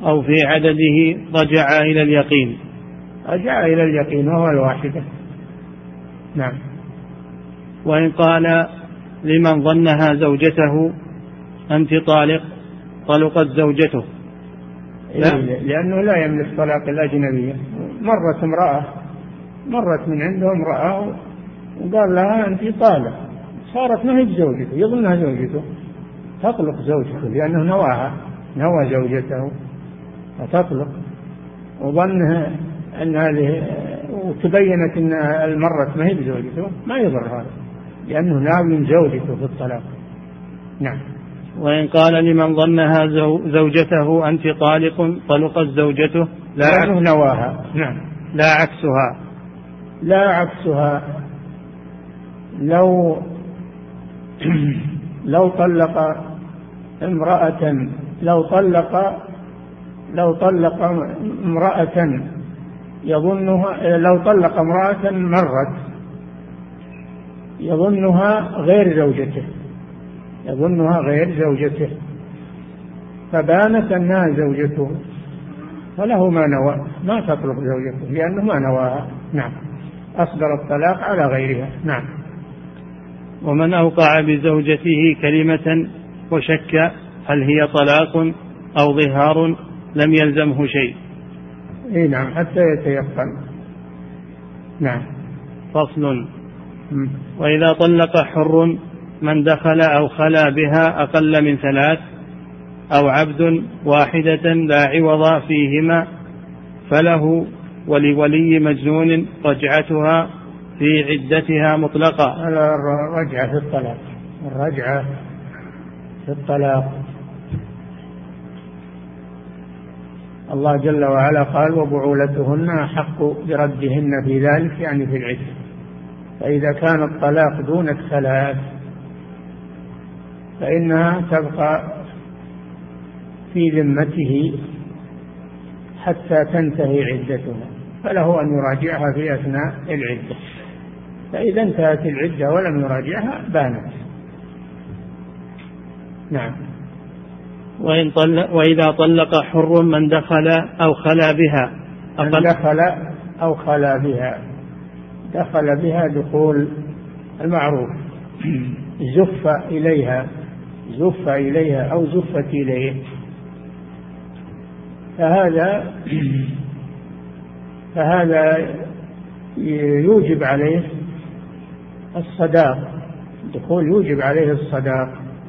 S1: أو في عدده رجع إلى اليقين.
S2: رجع إلى اليقين وهو الواحدة. نعم.
S1: وإن قال لمن ظنها زوجته أنت طالق طلقت زوجته،
S2: لا. لأنه لا يملك طلاق الأجنبية. مرت امرأة مرت من عنده امرأة وقال لها أنت طالق، صارت ما هي بزوجته، يظنها زوجته، تطلق زوجته لأنه نواها نوى زوجته فتطلق، وظنها أن هذه وتبينت أن المرة ما هي بزوجته، ما يضر هذا لأنه ناوي زوجته في الطلاق. نعم.
S1: وإن قال لمن ظنها زوجته أنت طالق طلقت زوجته،
S2: لا عكس نواها. نعم.
S1: لا عكسها.
S2: لا عكسها. لو لو طلق امرأة لو طلق لو طلق امرأة يظنها لو طلق امرأة مرت يظنها غير زوجته يظنها غير زوجته فبانت أنها زوجته فله ما نوى، ما تطلق زوجته لأنه ما نواها. نعم. أصدر الطلاق على غيرها. نعم.
S1: ومن أوقع بزوجته كلمة وشك هل هي طلاق أو ظهار لم يلزمه شيء.
S2: إيه نعم، حتى يتيقن. نعم.
S1: فصل. وإذا طلق حر من دخل أو خلا بها أقل من ثلاث أو عبد واحدة لا عوض فيهما فله ولولي مجنون رجعتها في عدتها مطلقة.
S2: الرجعة في الطلاق الرجعة في الطلاق الله جل وعلا قال وبعولتهن أحق بردهن في ذلك، يعني في العدة. فإذا كان الطلاق دون الثلاث فإنها تبقى في ذمته حتى تنتهي عدتها، فله أن يراجعها في أثناء العدة، فإذا انتهت العدة ولم يراجعها بانت. نعم.
S1: وإن طلق وإذا طلق حر من دخل أو خلا بها
S2: من دخل أو خلا بها دخل بها دخول المعروف، زف إليها زف إليها أو زفت إليه، فهذا فهذا يوجب عليه الصداق، الدخول يوجب عليه الصداق.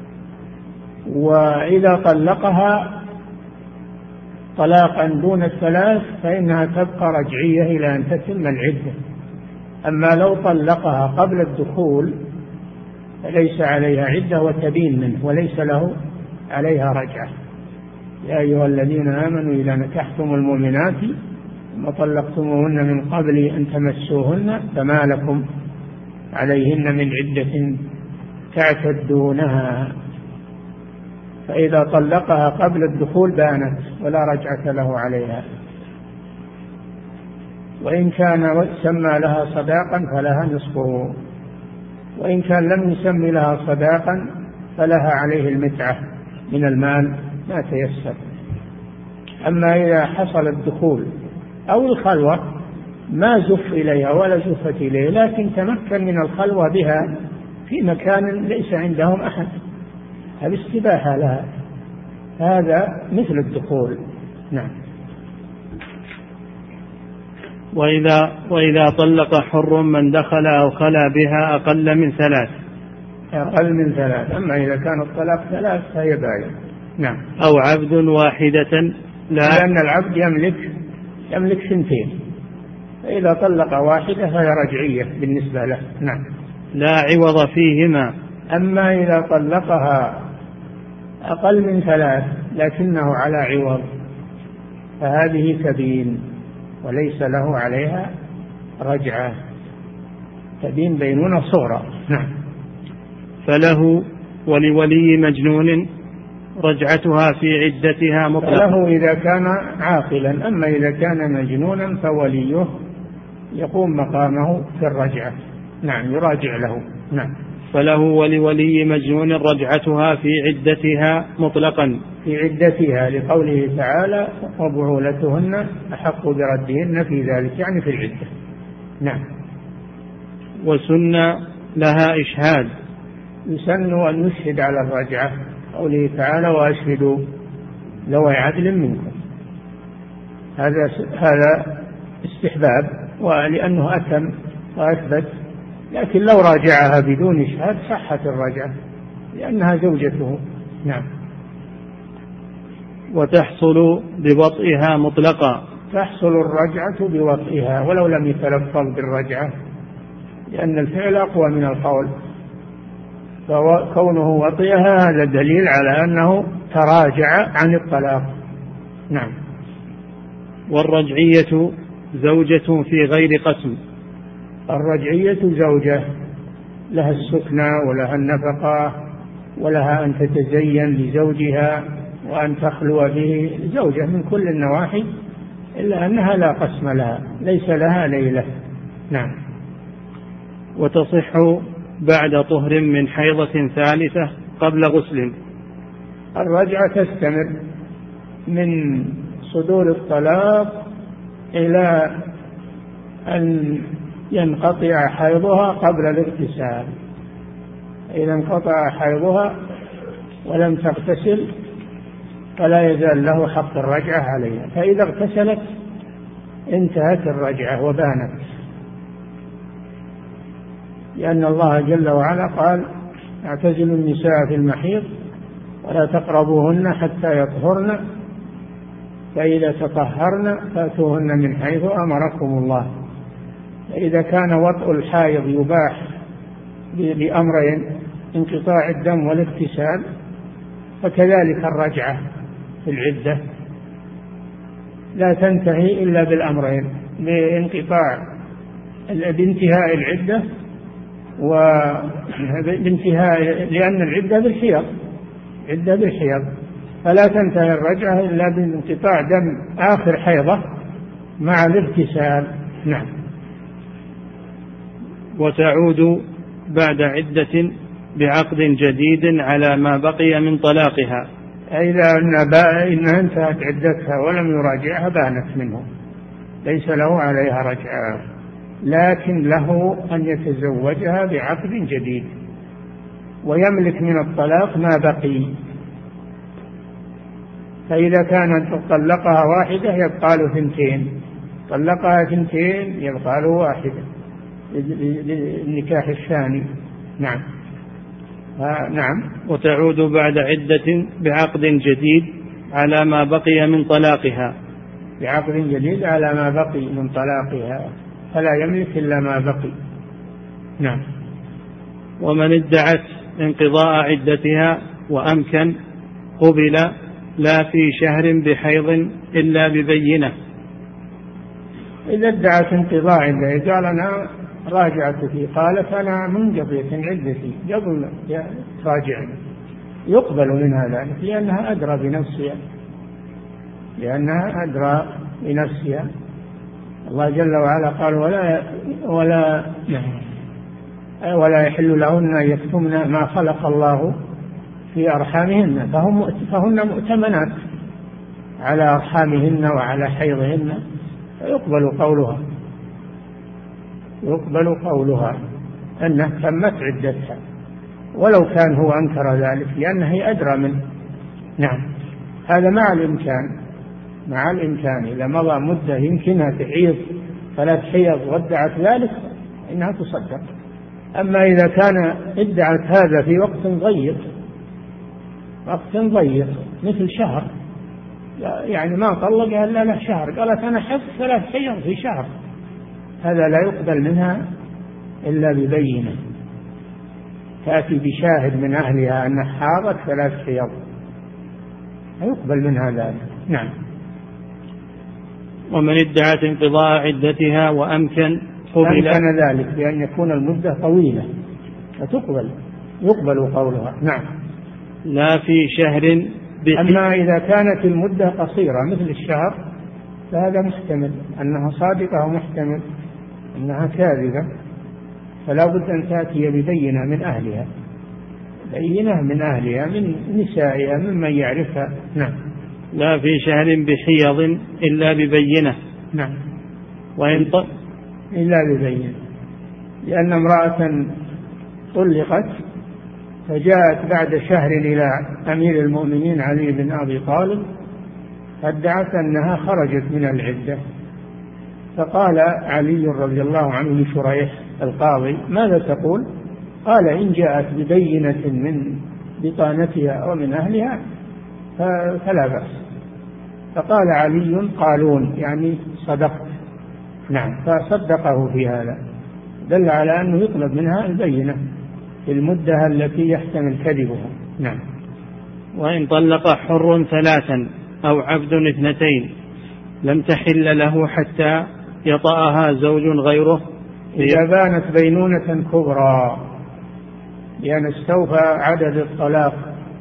S2: وإذا طلقها طلاقا دون الثلاث فإنها تبقى رجعية إلى أن تتم العدة. أما لو طلقها قبل الدخول فليس عليها عدة وتبين منه وليس له عليها رجعة. يا أيها الذين آمنوا إذا نكحتم المؤمنات ثم طلقتموهن من قبل أن تمسوهن فما لكم عليهن من عدة تعتدونها. فإذا طلقها قبل الدخول بانت ولا رجعة له عليها. وإن كان سمى لها صداقا فلها نصفه، وإن كان لم يسمي لها صداقا فلها عليه المتعة من المال ما تيسر. أما إذا حصل الدخول أو الخلوة ما زف إليها ولا زفت إليه، لكن تمكن من الخلوة بها في مكان ليس عندهم أحد، هذا استباحة لها، هذا مثل الدخول. نعم.
S1: وإذا, وإذا طلق حر من دخل أو خلا بها أقل من ثلاث
S2: أقل من ثلاث أما إذا كان الطلاق ثلاث فهي باية. نعم.
S1: أو عبد واحدة لا،
S2: لأن العبد يملك يملك سنتين، فإذا طلق واحدة فهي رجعية بالنسبة له. نعم.
S1: لا عوض فيهما.
S2: أما إذا طلقها أقل من ثلاث لكنه على عوض فهذه تبين وليس له عليها رجعة، تبين بينونة صغرى. نعم.
S1: فله ولولي مجنون رجعتها في عدتها مطلقة.
S2: فله إذا كان عاقلا، أما إذا كان مجنونا فوليه يقوم مقامه في الرجعة. نعم، يراجع له. نعم.
S1: فله ولولي مجنون رجعتها في عدتها مطلقا.
S2: في عدتها لقوله تعالى وبعولتهن أحق بردهن في ذلك، يعني في العدة. نعم.
S1: وسن لها إشهاد.
S2: يسن أن يشهد على الرجعة، قوله تعالى وأشهدوا ذوي عدل منكم، هذا هذا استحباب ولأنه أتم وأثبت، لكن لو راجعها بدون إشهاد صحت الرجعة لأنها زوجته. نعم.
S1: وتحصل بوطئها مطلقا.
S2: تحصل الرجعة بوطئها ولو لم يتلفظ بالرجعة، لأن الفعل أقوى من القول، فكونه وطئها هذا دليل على أنه تراجع عن الطلاق. نعم.
S1: والرجعية زوجة في غير قسم.
S2: الرجعية زوجة لها السكنى ولها النفقة ولها أن تتزين لزوجها وأن تخلو به، زوجة من كل النواحي، إلا أنها لا قسم لها، ليس لها ليلة. نعم.
S1: وتصح بعد طهر من حيضة ثالثة قبل غسل.
S2: الرجعة تستمر من صدور الطلاق إلى أن ينقطع حيضها قبل الاغتسال. إذا انقطع حيضها ولم تغتسل فلا يزال له حق الرجعة عليها، فإذا اغتسلت انتهت الرجعة وبانت، لأن الله جل وعلا قال اعتزلوا النساء في المحيض ولا تقربوهن حتى يطهرن فإذا تطهرن فأتوهن من حيث أمركم الله. فإذا كان وطء الحائض يباح بأمرين، انقطاع الدم والاغتسال، فكذلك الرجعة في العدة لا تنتهي إلا بالأمرين، بانقطاع بانتهاء العدة وبانتهاء، لأن العدة بالحيض، عدة بالحيض، فلا تنتهي الرجعة إلا بانقطاع دم آخر حيضة مع الاغتسال. نعم.
S1: وتعود بعد عدة بعقد جديد على ما بقي من طلاقها.
S2: إذا إنها انتهت عدتها ولم يراجعها بانت منه، ليس له عليها رجعة، لكن له أن يتزوجها بعقد جديد ويملك من الطلاق ما بقي. فإذا كان طلقها واحدة يبقى له ثنتين، طلقها ثنتين يبقى له واحدة للنكاح الثاني. نعم. آه نعم.
S1: وتعود بعد عدة بعقد جديد على ما بقي من طلاقها.
S2: بعقد جديد على ما بقي من طلاقها، فلا يملك إلا ما بقي. نعم.
S1: ومن ادعت انقضاء عدتها وأمكن قبل لا في شهر بحيض إلا ببينة.
S2: إذا ادعت انقضاء عدتها قال أنا راجعت فيه، قالت أنا منقضية عدتي قبل تراجعني، يقبل منها ذلك لأنها أدرى بنفسها، لأنها أدرى بنفسها. الله جل وعلا قال ولا ولا ولا يحل لهن أن يكتمن ما خلق الله في أرحامهن، فهم فهن مؤتمنات على أرحامهن وعلى حيضهن، فيقبل قولها يقبل قولها أنها تمت عدتها ولو كان هو أنكر ذلك، لأنها هي أدرى منه. نعم. هذا مع الإمكان، مع الإمكان إذا مضى مدة يمكنها تحيض ثلاث حيض وادعت ذلك إنها تصدق. أما إذا كان ادعت هذا في وقت ضيق، وقت ضيق مثل شهر، يعني ما طلقها إلا له شهر، قالت أنا حفظ ثلاث حيض في شهر، هذا لا يقبل منها إلا ببينة، تأتي بشاهد من أهلها أن حاضت ثلاث حيض، لا يقبل منها ذلك. نعم.
S1: ومن ادعت انقضاء عدتها وأمكن قبل
S2: أمكن ذلك بأن يكون المدة طويلة فتقبل، يقبل قولها. نعم.
S1: لا في شهر.
S2: أما إذا كانت المدة قصيرة مثل الشهر فهذا محتمل أنها صادقة ومحتمل أنها كاذبة، فلا بد أن تأتي ببينة من أهلها، بينة من أهلها من نسائها ممن يعرفها. نعم.
S1: لا في شهر بحيض إلا ببينة.
S2: نعم.
S1: وإن ط...
S2: إلا ببينة، لأن امرأة طلقت فجاءت بعد شهر إلى أمير المؤمنين علي بن أبي طالب فادعت أنها خرجت من العدة، فقال علي رضي الله عنه لشريح القاضي: ماذا تقول؟ قال: إن جاءت ببينة من بطانتها أو من أهلها فلا بأس. فقال علي: قالون، يعني صدقت. نعم. فصدقه في هذا، دل على أنه يطلب منها البينة في المدة التي يحتمل كذبها. نعم.
S1: وإن طلق حر ثلاثا أو عبد اثنتين لم تحل له حتى يطأها زوج غيره
S2: إذا بانت بينونة كبرى، لأن استوفى عدد الطلاق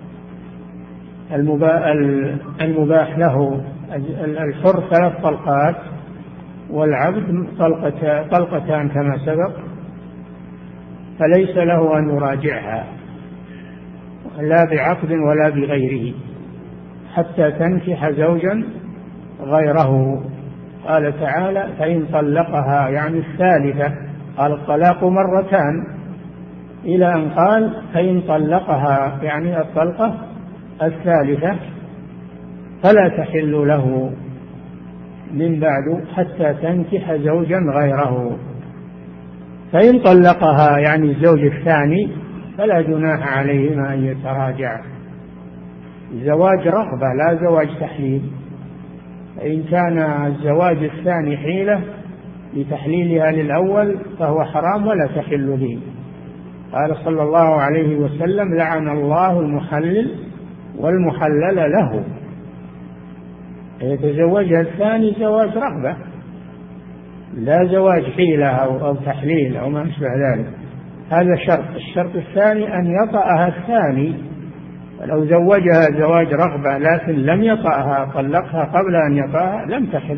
S2: المباح له. الحر ثلاث طلقات والعبد طلقة طلقتان كما سبق، فليس له أن يراجعها لا بعقد ولا بغيره حتى تنكح زوجا غيره. قال تعالى: فإن طلقها، يعني الثالثة، قال الطلاق مرتان، إلى أن قال: فإن طلقها، يعني الطلقة الثالثة، فلا تحل له من بعد حتى تنكح زوجا غيره. فإن طلقها، يعني الزوج الثاني، فلا جناح عليهما أن يتراجعا. زواج رغبة لا زواج تحليل. فإن كان الزواج الثاني حيلة لتحليلها للأول فهو حرام ولا تحل به. قال صلى الله عليه وسلم: لعن الله المحلل والمحلل له. يتزوجها الثاني زواج رغبة لا زواج حيلة أو, أو تحليل أو ما أشبه ذلك. هذا شرط. الشرط الثاني أن يطأها الثاني، ولو زوجها زواج رغبة لكن لم يطأها، طلقها قبل أن يطأها، لم تحل.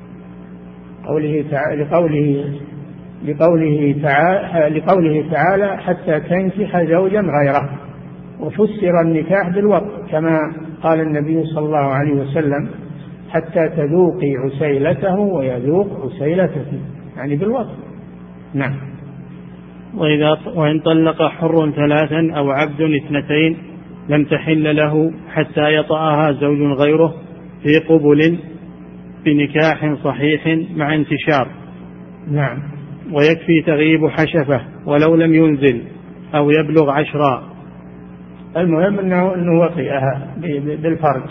S2: قوله تعالى لقوله لقوله تعالى لقوله تعالى: حتى تنكح زوجا غيره. وفسر النكاح بالوطء كما قال النبي صلى الله عليه وسلم: حتى تذوقي عسيلته ويذوق عسيلتك، يعني بالوطء. نعم.
S1: وإذا وإن طلق حر ثلاثا أو عبد اثنتين لم تحل له حتى يطأها زوج غيره في قبل بنكاح صحيح مع انتشار.
S2: نعم.
S1: ويكفي تغيب حشفة ولو لم ينزل أو يبلغ عشرا.
S2: المهم أنه, إنه وطئها بالفرج،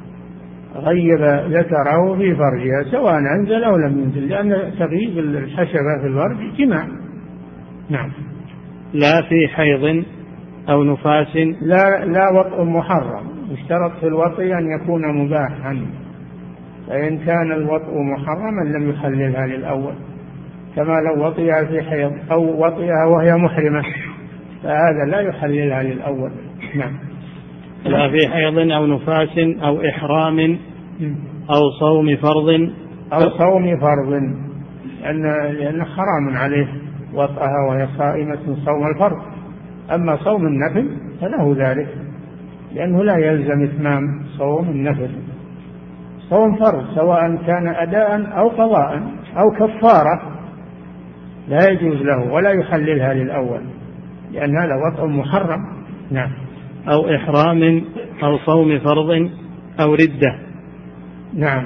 S2: غيب ذكره في فرجها سواء أنزل أو لم ينزل، لأن تغيب الحشفة في الفرج جماع. نعم.
S1: لا في حيض أو نفاس.
S2: لا لا وطء محرم، يشترط في الوطء أن يكون مباحا، فإن كان الوطء محرما لم يحللها للأول، كما لو وطئها في حيض أو وطئها وهي محرمة فهذا لا يحللها للأول. نعم.
S1: لا في حيض أو نفاس أو إحرام أو صوم فرض
S2: أو صوم فرض، لأن لأن حرام عليه وطئها وهي صائمة صوم الفرض. أما صوم النفل فله ذلك، لأنه لا يلزم إتمام صوم النفل. صوم فرض سواء كان أداء أو قضاء أو كفارة لا يجوز له ولا يحللها للأول، لأن هذا وطء محرم. نعم.
S1: أو إحرام أو صوم فرض أو ردة.
S2: نعم.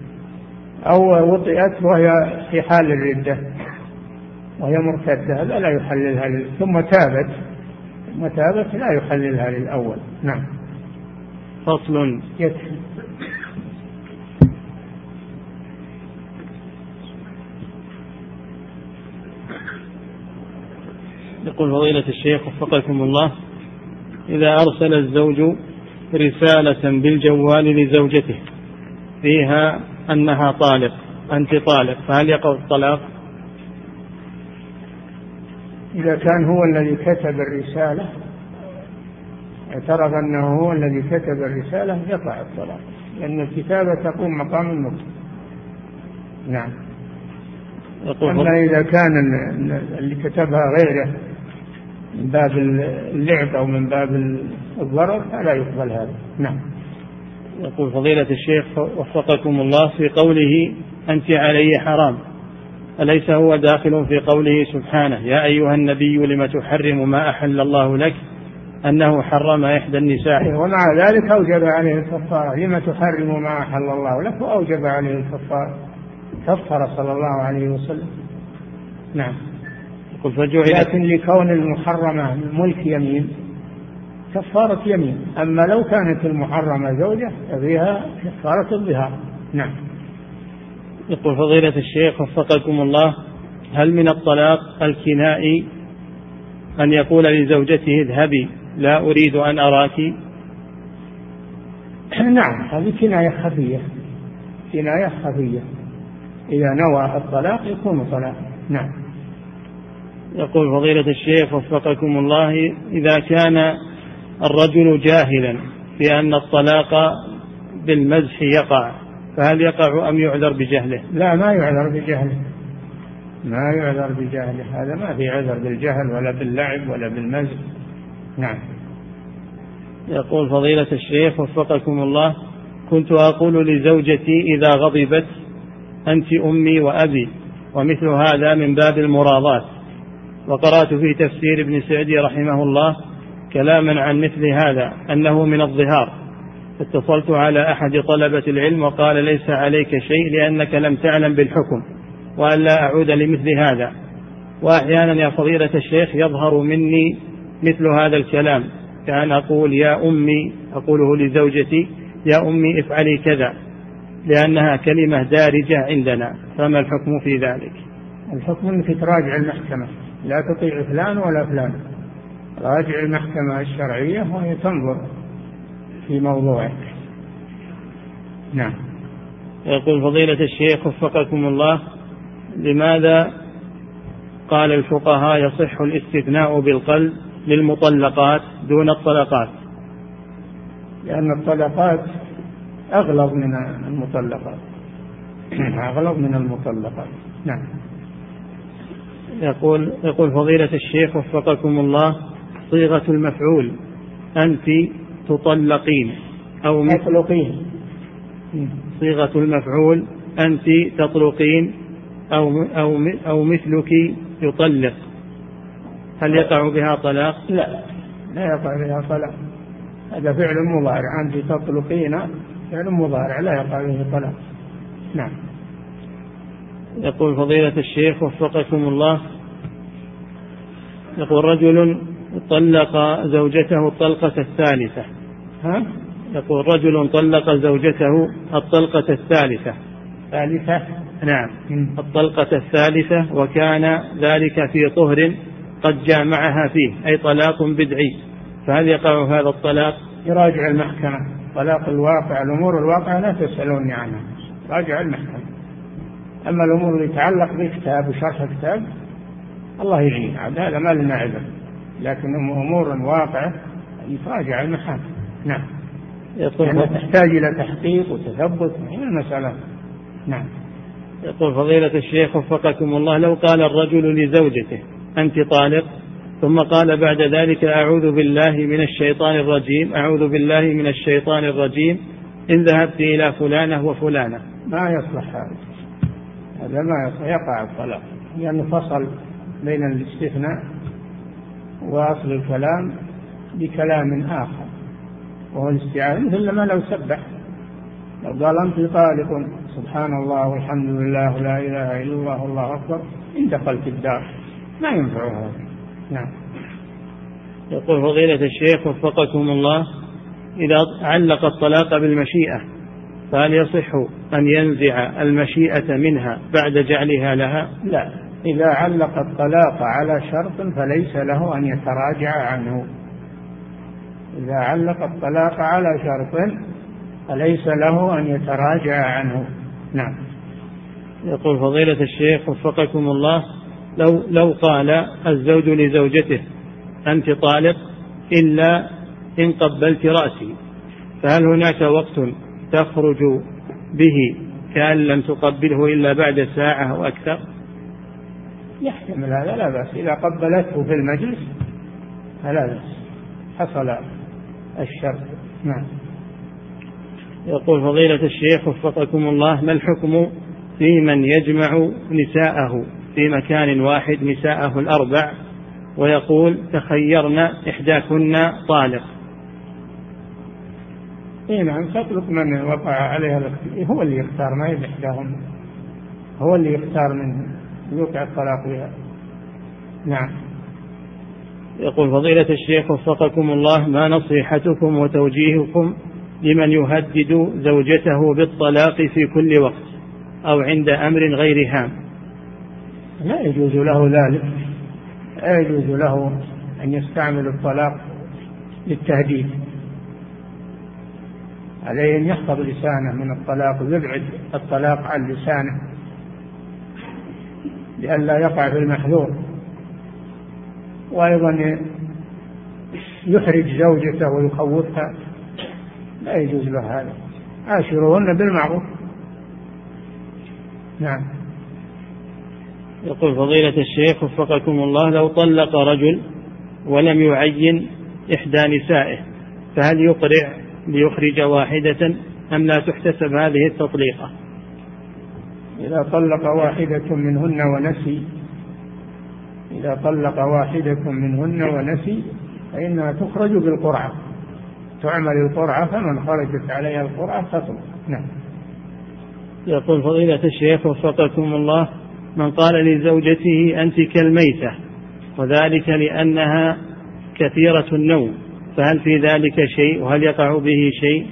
S2: أو وطئت وهي في حال الردة وهي مرتدة، هذا لا يحللها لل... ثم تابت ثم تابت لا يحللها للأول. نعم.
S1: فصل.
S2: يكفي.
S1: يقول فضيلة الشيخ وفقكم الله: إذا أرسل الزوج رسالة بالجوال لزوجته فيها أنها طالق أنت طالق، فهل يقع الطلاق؟
S2: إذا كان هو الذي كتب الرسالة، اعترف أنه هو الذي كتب الرسالة، يقع الطلاق، لأن الكتابة تقوم مقام النطق. نعم. أما إذا كان اللي كتبها غيره من باب اللعب أو من باب الضرر فلا يقبل هذا. نعم.
S1: يقول فضيلة الشيخ وفقكم الله في قوله أنت علي حرام، أليس هو داخل في قوله سبحانه يا أيها النبي لم تحرم ما أحل الله لك أنه حرم إحدى النساء؟
S2: ومع ذلك أوجب عليه الكفارة. لم تحرم ما أحل الله لك وأوجب عليه الكفارة، كفر صلى الله عليه وسلم. نعم. لكن لكون المحرمة ملك يمين كفارة يمين، أما لو كانت المحرمة زوجة فيها كفارة الظهار. نعم.
S1: يقول فضيلة الشيخ وفقكم الله هل من الطلاق الكنائي أن يقول لزوجته اذهبي لا أريد أن أراك؟
S2: نعم، هذه كناية خفية، كناية خفية، إذا نوى الطلاق يكون طلاق. نعم.
S1: يقول فضيلة الشيخ وفقكم الله إذا كان الرجل جاهلا بأن الطلاق بالمزح يقع فهل يقع أم يعذر بجهله؟
S2: لا، ما يعذر بجهله، ما يعذر بجهله، هذا ما في عذر بالجهل ولا باللعب ولا بالمزح. نعم.
S1: يقول فضيلة الشيخ وفقكم الله كنت أقول لزوجتي إذا غضبت أنت أمي وأبي ومثل هذا من باب المراضات، وقرأت في تفسير ابن سعدي رحمه الله كلاما عن مثل هذا أنه من الظهار، اتصلت على أحد طلبة العلم وقال ليس عليك شيء لأنك لم تعلم بالحكم وأن لا أعود لمثل هذا. وأحيانا يا فضيلة الشيخ يظهر مني مثل هذا الكلام، كأن أقول يا أمي، أقوله لزوجتي يا أمي افعلي كذا لأنها كلمة دارجة عندنا، فما الحكم في ذلك؟
S2: الحكم أنك تراجع المحكمة، لا تطيع فلان ولا فلان، راجع المحكمة الشرعية وهي تنظر في موضوعك. نعم.
S1: يقول فضيلة الشيخ وفقكم الله لماذا قال الفقهاء يصح الاستثناء بالقلب للمطلقات دون الطلقات؟
S2: لأن الطلقات أغلظ من المطلقات، أغلظ من المطلقات. نعم.
S1: يقول يقول فضيلة الشيخ وفقكم الله صيغة المفعول أنت تطلقين أو
S2: تطلقين،
S1: صيغة المفعول أنت تطلقين أو أو أو مثلك يطلق، هل يقع بها طلاق؟
S2: لا، لا يقع بها طلاق، هذا فعل مضارع، أنت تطلقين فعل مضارع لا يقع به طلاق. نعم.
S1: يقول فضيلة الشيخ وفقكم الله يقول رجل طلق زوجته الطلقة الثالثة.
S2: ها؟
S1: يقول رجل طلق زوجته الطلقة الثالثة.
S2: ثالثة؟
S1: نعم. الطلقة الثالثة وكان ذلك في طهر قد جامعها فيه، أي طلاق بدعي، فهل يقع هذا الطلاق؟
S2: يراجع المحكمة. طلاق الواقع، الأمور الواقعة لا تسألوني عنها، راجع المحكمة. أما الأمور اللي تتعلق بكتاب وشرح كتاب الله يعين، هذا ما لنا عذر، لكن أمور واقعة يراجع المحاكم. نعم. يعني تحتاج إلى تحقيق وتثبت من المسألة. نعم.
S1: يقول فضيلة الشيخ وفقكم الله لو قال الرجل لزوجته أنت طالق ثم قال بعد ذلك أعوذ بالله من الشيطان الرجيم أعوذ بالله من الشيطان الرجيم إن ذهبت إلى فلانة وفلانة،
S2: ما يصلح هذا، هذا ما يصلح، يقع الطلاق، لأنه فصل بين الاستثناء وأصل الكلام بكلام آخر وهو الاستعاذة، مثل ما لو سبح، لو قال أنت طالق سبحان الله والحمد لله لا إله إلا الله والله أكبر إن دخلت الدار، ما ينفع هذا. نعم.
S1: يقول فضيلة الشيخ وفقكم الله إذا علق الطلاق بالمشيئة فهل يصح أن ينزع المشيئة منها بعد جعلها لها؟
S2: لا، إذا علق الطلاق على شرط فليس له أن يتراجع عنه. إذا علق الطلاق على شرط فليس له أن يتراجع عنه. نعم.
S1: يقول فضيلة الشيخ وفقكم الله لو, لو قال الزوج لزوجته أنت طالق إلا إن قبلت رأسي، فهل هناك وقت تخرج به كأن لم تقبله إلا بعد ساعة أو أكثر؟
S2: يحتمل هذا لا بأس، إذا قبلته في المجلس فلا بأس، حصل الشرط. نعم.
S1: يقول فضيلة الشيخ وفقكم الله: ما الحكم في من يجمع نساءه في مكان واحد، نساءه الأربع، ويقول تخيرنا إحداكن طالق؟
S2: إيه نعم، تطلق من وقع عليها الاختيار، هو اللي يختار، ما هي إحداهن، هو اللي يختار من يوقع الطلاق بها. نعم.
S1: يقول فضيلة الشيخ وفقكم الله: ما نصيحتكم وتوجيهكم لمن يهدد زوجته بالطلاق في كل وقت أو عند أمر غير هام؟
S2: لا يجوز له ذلك، لا يجوز له أن يستعمل الطلاق للتهديد، عليه أن يحفظ لسانه من الطلاق ويبعد الطلاق عن لسانه لئلا يقع في المحذور، وأيضا يحرج زوجته ويخوفها، لا يجوز له هذا. عاشروهن بالمعروف. نعم.
S1: يقول فضيلة الشيخ وفقكم الله: لو طلق رجل ولم يعين إحدى نسائه فهل يقرع ليخرج واحدة أم لا تحتسب هذه التطليقة؟
S2: إذا طلق واحدة منهن ونسي إذا طلق واحدة منهن ونسي فإنها تخرج بالقرعة، تعمل القرعة، فمن خرجت عليها القرعة تطلق. نعم.
S1: يقول فضيلة الشيخ وفقكم الله: من قال لزوجته أنت كالميتة وذلك لأنها كثيرة النوم، فهل في ذلك شيء وهل يقع به شيء؟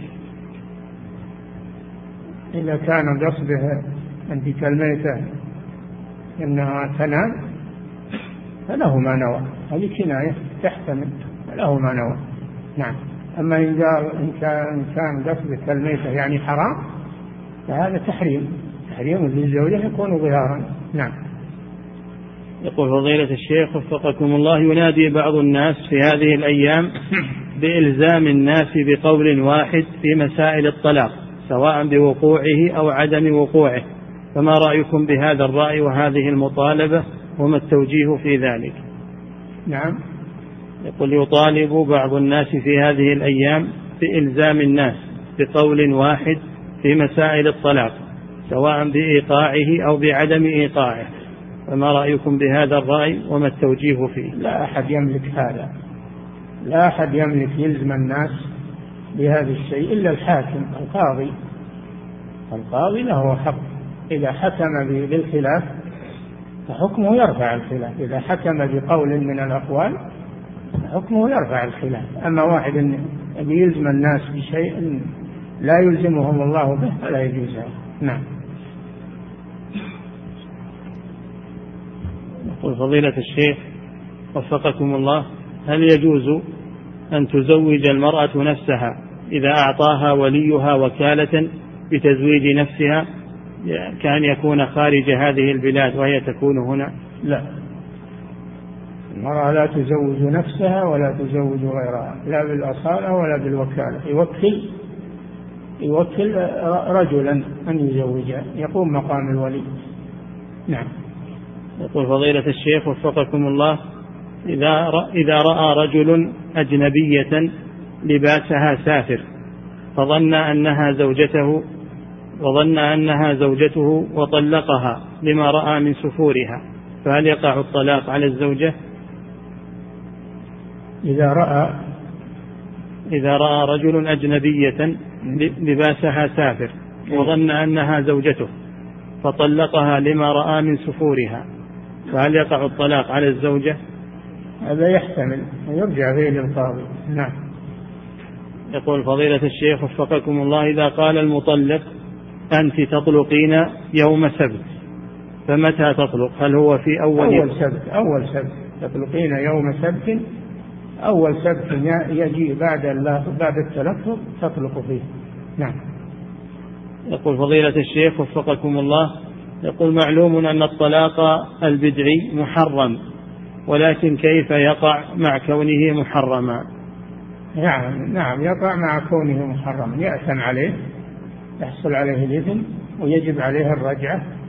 S2: إذا كان قصده أنت كالميتة إنها تنام فله ما نوى، هذه كناية تحتمل، فله ما نوى. نعم. أما إن كان قصده كالميتة يعني حرام فهذا تحريم، تحريم للزوجة يكون ظهارا. نعم.
S1: يقول فضيلة الشيخ وفقكم الله: ينادي بعض الناس في هذه الأيام بإلزام الناس بقول واحد في مسائل الطلاق سواء بوقوعه أو عدم وقوعه، فما رأيكم بهذا الرأي وهذه المطالبة وما التوجيه في ذلك؟
S2: نعم.
S1: يقول يطالب بعض الناس في هذه الأيام بإلزام الناس بقول واحد في مسائل الطلاق سواء بإيقاعه أو بعدم إيقاعه، فما رأيكم بهذا الرأي وما التوجيه فيه؟
S2: لا أحد يملك هذا، لا أحد يملك يلزم الناس بهذا الشيء إلا الحاكم القاضي. القاضي له حق، إذا حكم بالخلاف فحكمه يرفع الخلاف، إذا حكم بقول من الأقوال حكمه يرفع الخلاف. أما واحد يلزم الناس بشيء لا يلزمهم الله به فلا يجوز. نعم.
S1: يقول فضيلة الشيخ وفقكم الله: هل يجوز أن تزوج المرأة نفسها إذا أعطاها وليها وكالة بتزويج نفسها كأن يكون خارج هذه البلاد وهي تكون هنا؟
S2: لا، المرأة لا تزوج نفسها ولا تزوج غيرها، لا بالأصالة ولا بالوكالة. يوكل يوكل رجلا أن يزوجها، يقوم مقام الولي. نعم.
S1: يقول فضيلة الشيخ وفقكم الله: إذا إذا رأى رجل أجنبية لباسها سافر فظن أنها زوجته وظن أنها زوجته وطلقها لما رأى من سفورها، فهل يقع الطلاق على الزوجة؟
S2: إذا رأى
S1: إذا رأى رجل أجنبية لباسها سافر وظن أنها زوجته فطلقها لما رأى من سفورها، فهل يقع الطلاق على الزوجة؟
S2: هذا يحتمل ويرجع فيه للقاضي. نعم.
S1: يقول فضيلة الشيخ وفقكم الله: إذا قال المطلق أنت تطلقين يوم سبت فمتى تطلق؟ هل هو في أول
S2: أول سبت أول سبت تطلقين يوم سبت، أول سبت يجي بعد بعد التلفظ تطلق فيه. نعم.
S1: يقول فضيلة الشيخ وفقكم الله: يقول معلوم أن الطلاق البدعي محرم، ولكن كيف يقع مع كونه محرما؟
S2: نعم نعم يقع مع كونه محرما، يأثم عليه، يحصل عليه الإثم ويجب عليه الرجعة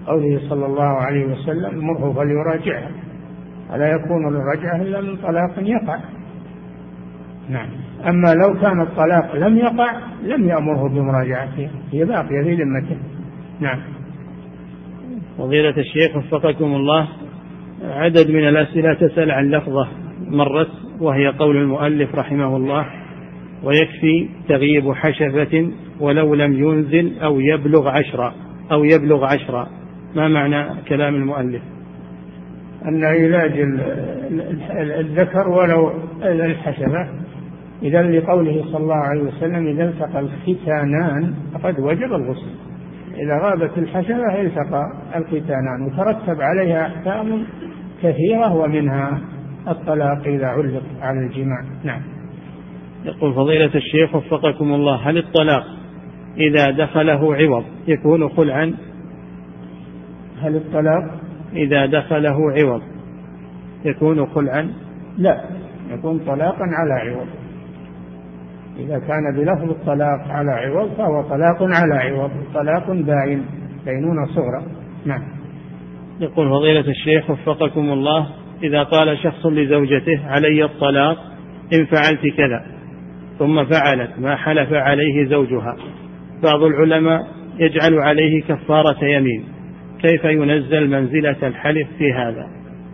S2: قوله صلى الله عليه وسلم مره فليراجعها، ألا يكون للرجعة إلا من طلاق يقع. نعم. أما لو كان الطلاق لم يقع لم يأمره بمراجعته، هي باقية في ذمته. نعم.
S1: فضيلة الشيخ وفقكم الله، عدد من الأسئلة تسأل عن لفظة مرت وهي قول المؤلف رحمه الله: ويكفي تغيب حشفة ولو لم ينزل أو يبلغ عشرة أو يبلغ عشرة. ما معنى كلام المؤلف؟
S2: أن علاج الذكر ولو الحشفة، إذا لقوله صلى الله عليه وسلم: إذا التقى الختانان فقد وجب الغسل. إذا غابت الحشفة التقى الختانان، وترتب عليها أحكام كثيرة ومنها الطلاق إذا علق على الجماع. نعم.
S1: يقول فضيلة الشيخ وفقكم الله: هل الطلاق إذا دخله عوض يكون خلعا؟
S2: هل الطلاق
S1: إذا دخله عوض يكون خلعا؟
S2: لا، يكون طلاقا على عوض. إذا كان بلفظ الطلاق على عوض فهو طلاق على عوض، طلاق باين، بينونة صغرى. نعم.
S1: يقول فضيلة الشيخ وفقكم الله: إذا قال شخص لزوجته: علي الطلاق إن فعلت كذا، ثم فعلت ما حلف عليه زوجها، بعض العلماء يجعل عليه كفارة يمين، كيف ينزل منزلة الحلف في هذا؟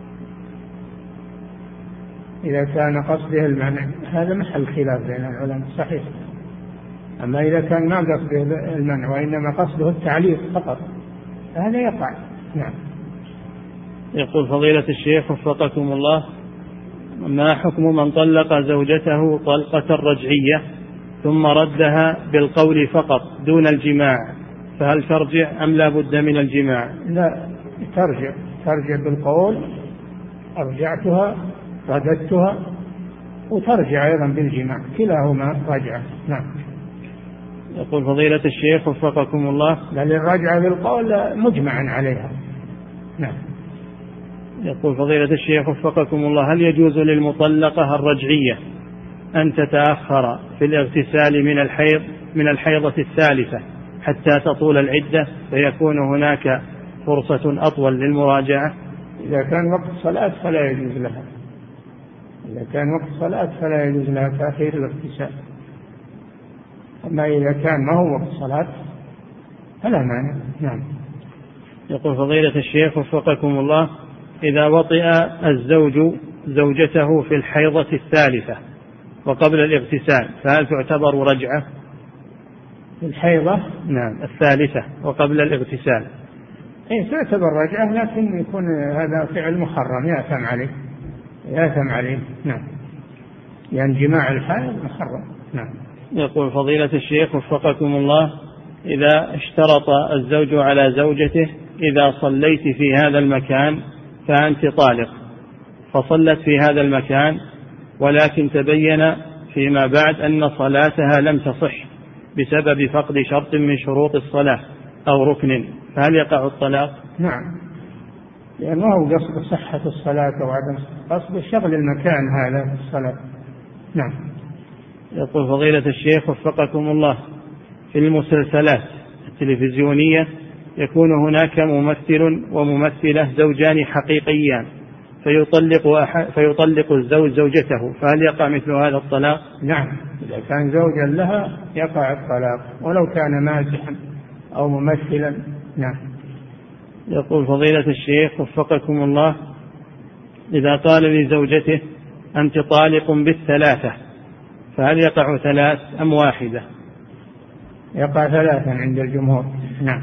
S2: إذا كان قصده المنع هذا محل خلاف بين العلماء، صحيح. أما إذا كان ما قصده المنع وإنما قصده التعليق فقط هذا يقع. نعم.
S1: يقول فضيلة الشيخ وفقكم الله: ما حكم من طلق زوجته طلقة رجعية ثم ردها بالقول فقط دون الجماع، فهل ترجع أم لا بد من الجماع؟
S2: لا، ترجع ترجع بالقول أرجعتها رددتها، وترجع أيضا بالجماع، كلاهما رجعة. نعم.
S1: يقول فضيلة الشيخ وفقكم الله:
S2: بل الرجعة بالقول مجمعا عليها. نعم.
S1: يقول فضيلة الشيخ وفقكم الله: هل يجوز للمطلقة الرجعية أن تتأخر في الاغتسال من الحيض من الحيضة الثالثة حتى تطول العدة فيكون هناك فرصة أطول للمراجعة؟
S2: إذا كان وقت صلاة فلا يجوز لها، إذا كان وقت صلاة فلا يجوز لها تأخير الاغتسال. أما إذا كان ما هو وقت صلاة فلا مانع. نعم.
S1: يقول فضيلة الشيخ وفقكم الله: إذا وطئ الزوج زوجته في الحيضة الثالثة وقبل الاغتسال فهل تعتبر رجعة؟
S2: الحيضة
S1: نعم الثالثة وقبل الاغتسال.
S2: إيه تعتبر رجعة، لكن يكون هذا فعل محرم يأثم عليه يأثم عليه. نعم. يعني جماع الحائض محرم. نعم.
S1: يقول فضيلة الشيخ وفقكم الله: إذا اشترط الزوج على زوجته: إذا صليت في هذا المكان فأنت طالق، فصلت في هذا المكان ولكن تبين فيما بعد أن صلاتها لم تصح بسبب فقد شرط من شروط الصلاة أو ركن، فهل يقع الطلاق؟
S2: نعم، لأنه هو قصد صحة الصلاة وعدم قصد شغل المكان هذا في الصلاة. نعم.
S1: يقول فضيلة الشيخ وفقكم الله: في المسلسلات التلفزيونية يكون هناك ممثل وممثلة زوجان حقيقيان فيطلق, أح... فيطلق الزوج زوجته، فهل يقع مثل هذا الطلاق؟
S2: نعم، إذا كان زوجا لها يقع الطلاق ولو كان مازحا أو ممثلا. نعم.
S1: يقول فضيلة الشيخ وفقكم الله: إذا قال لزوجته: أنت طالق بالثلاثة، فهل يقع ثلاث أم واحدة؟
S2: يقع ثلاثا عند الجمهور. نعم.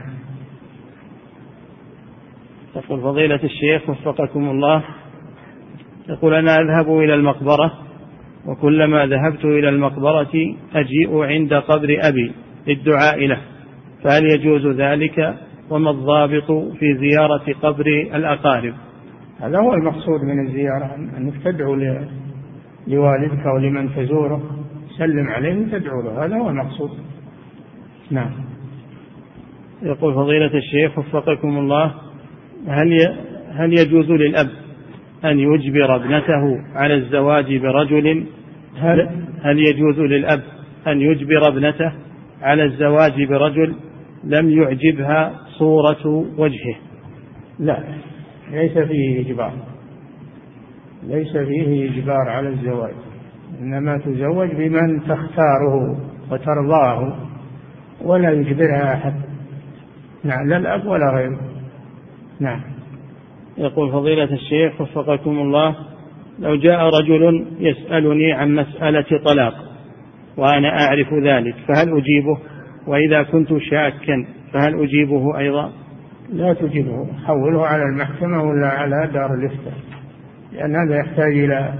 S1: يقول فضيلة الشيخ وفقكم الله: يقول أنا أذهب إلى المقبرة وكلما ذهبت إلى المقبرة أجيء عند قبر أبي للدعاء له، فهل يجوز ذلك؟ وما الضابط في زيارة قبر الأقارب؟
S2: هذا هو المقصود من الزيارة، أنك تدعو لوالدك أو لمن تزوره سلم عليه وتدعو له، هذا هو المقصود. نعم.
S1: يقول فضيلة الشيخ وفقكم الله: هل هل يجوز للأب أن يجبر ابنته على الزواج برجل هل, هل يجوز للأب أن يجبر ابنته على الزواج برجل لم يعجبها صورة وجهه
S2: لا، ليس فيه إجبار، ليس فيه إجبار على الزواج، إنما تزوج بمن تختاره وترضاه ولا يجبرها أحد. نعم، لا الأب ولا غيره. نعم.
S1: يقول فضيلة الشيخ وفقكم الله: لو جاء رجل يسألني عن مسألة طلاق وأنا أعرف ذلك فهل أجيبه؟ وإذا كنت شاكا فهل أجيبه أيضا؟
S2: لا تجيبه، حوله على المحكمة ولا على دار الإفتاء، لأن هذا يحتاج إلى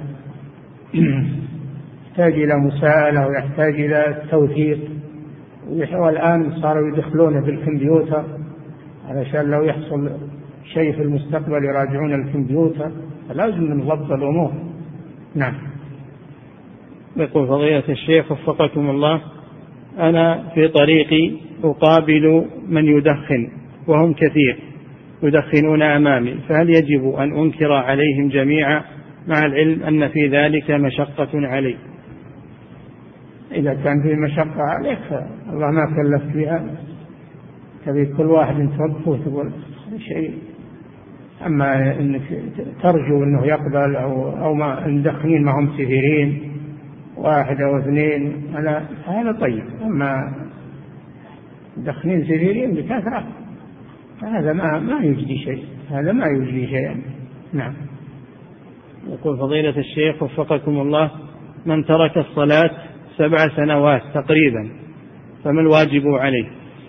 S2: يحتاج إلى مساءلة ويحتاج إلى توثيق، والآن صاروا يدخلونه بالكمبيوتر علشان لو يحصل شيء في المستقبل يراجعون الكمبيوتر، فلازم نضبط الأمور. نعم.
S1: يقول فضيلة الشيخ وفقكم الله: أنا في طريقي أقابل من يدخن وهم كثير يدخنون أمامي، فهل يجب أن أنكر عليهم جميعا مع العلم أن في ذلك مشقة علي؟
S2: إذا كان في مشقة عليك الله ما كلف فيها، تبي كل واحد توقفه وتقول شيء. أما إنك ترجو أنه يقبل أو أو ما المدخنين ما هم كثيرين، واحد أو اثنين، هذا طيب. أما مدخنين كثيرين بكثرة هذا ما ما يجدي شيء، هذا ما يجدي شيئا. نعم.
S1: يقول فضيلة الشيخ وفقكم الله: من ترك الصلاة سبع سنوات تقريبا فما الواجب عليه؟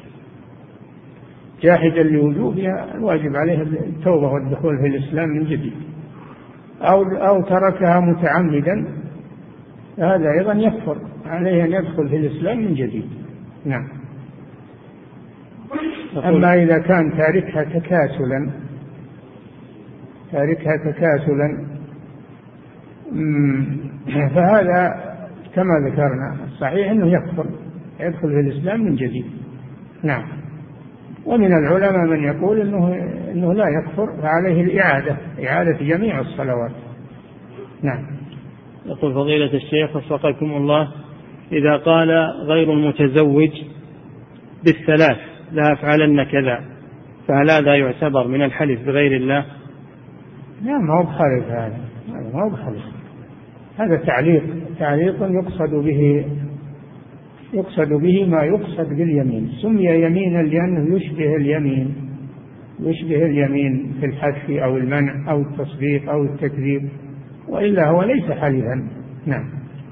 S2: جاحدا لوجوبها، الواجب عليه التوبة والدخول في الإسلام من جديد، أو أو تركها متعمدا هذا أيضا يكفر، عليه أن يدخل في الإسلام من جديد. نعم. أما إذا كان تاركها تكاسلا تاركها تكاسلا فهذا كما ذكرنا الصحيح أنه يكفر، يدخل في الإسلام من جديد. نعم. ومن العلماء من يقول إنه, إنه لا يكفر، فعليه الإعادة، إعادة جميع الصلوات. نعم.
S1: يقول فضيلة الشيخ وفقكم الله: إذا قال غير المتزوج بالثلاث لا أفعلن كذا فهل هذا يعتبر من الحلف بغير الله؟
S2: لا، ما هو بحلف، هذا ما هو بحلف، هذا تعليق تعليق يقصد به يقصد به ما يقصد باليمين. سمي يمينا لأنه يشبه اليمين يشبه اليمين في الحذف أو المنع أو التصديق أو التكذيب، وإلا هو ليس حلفا. نعم.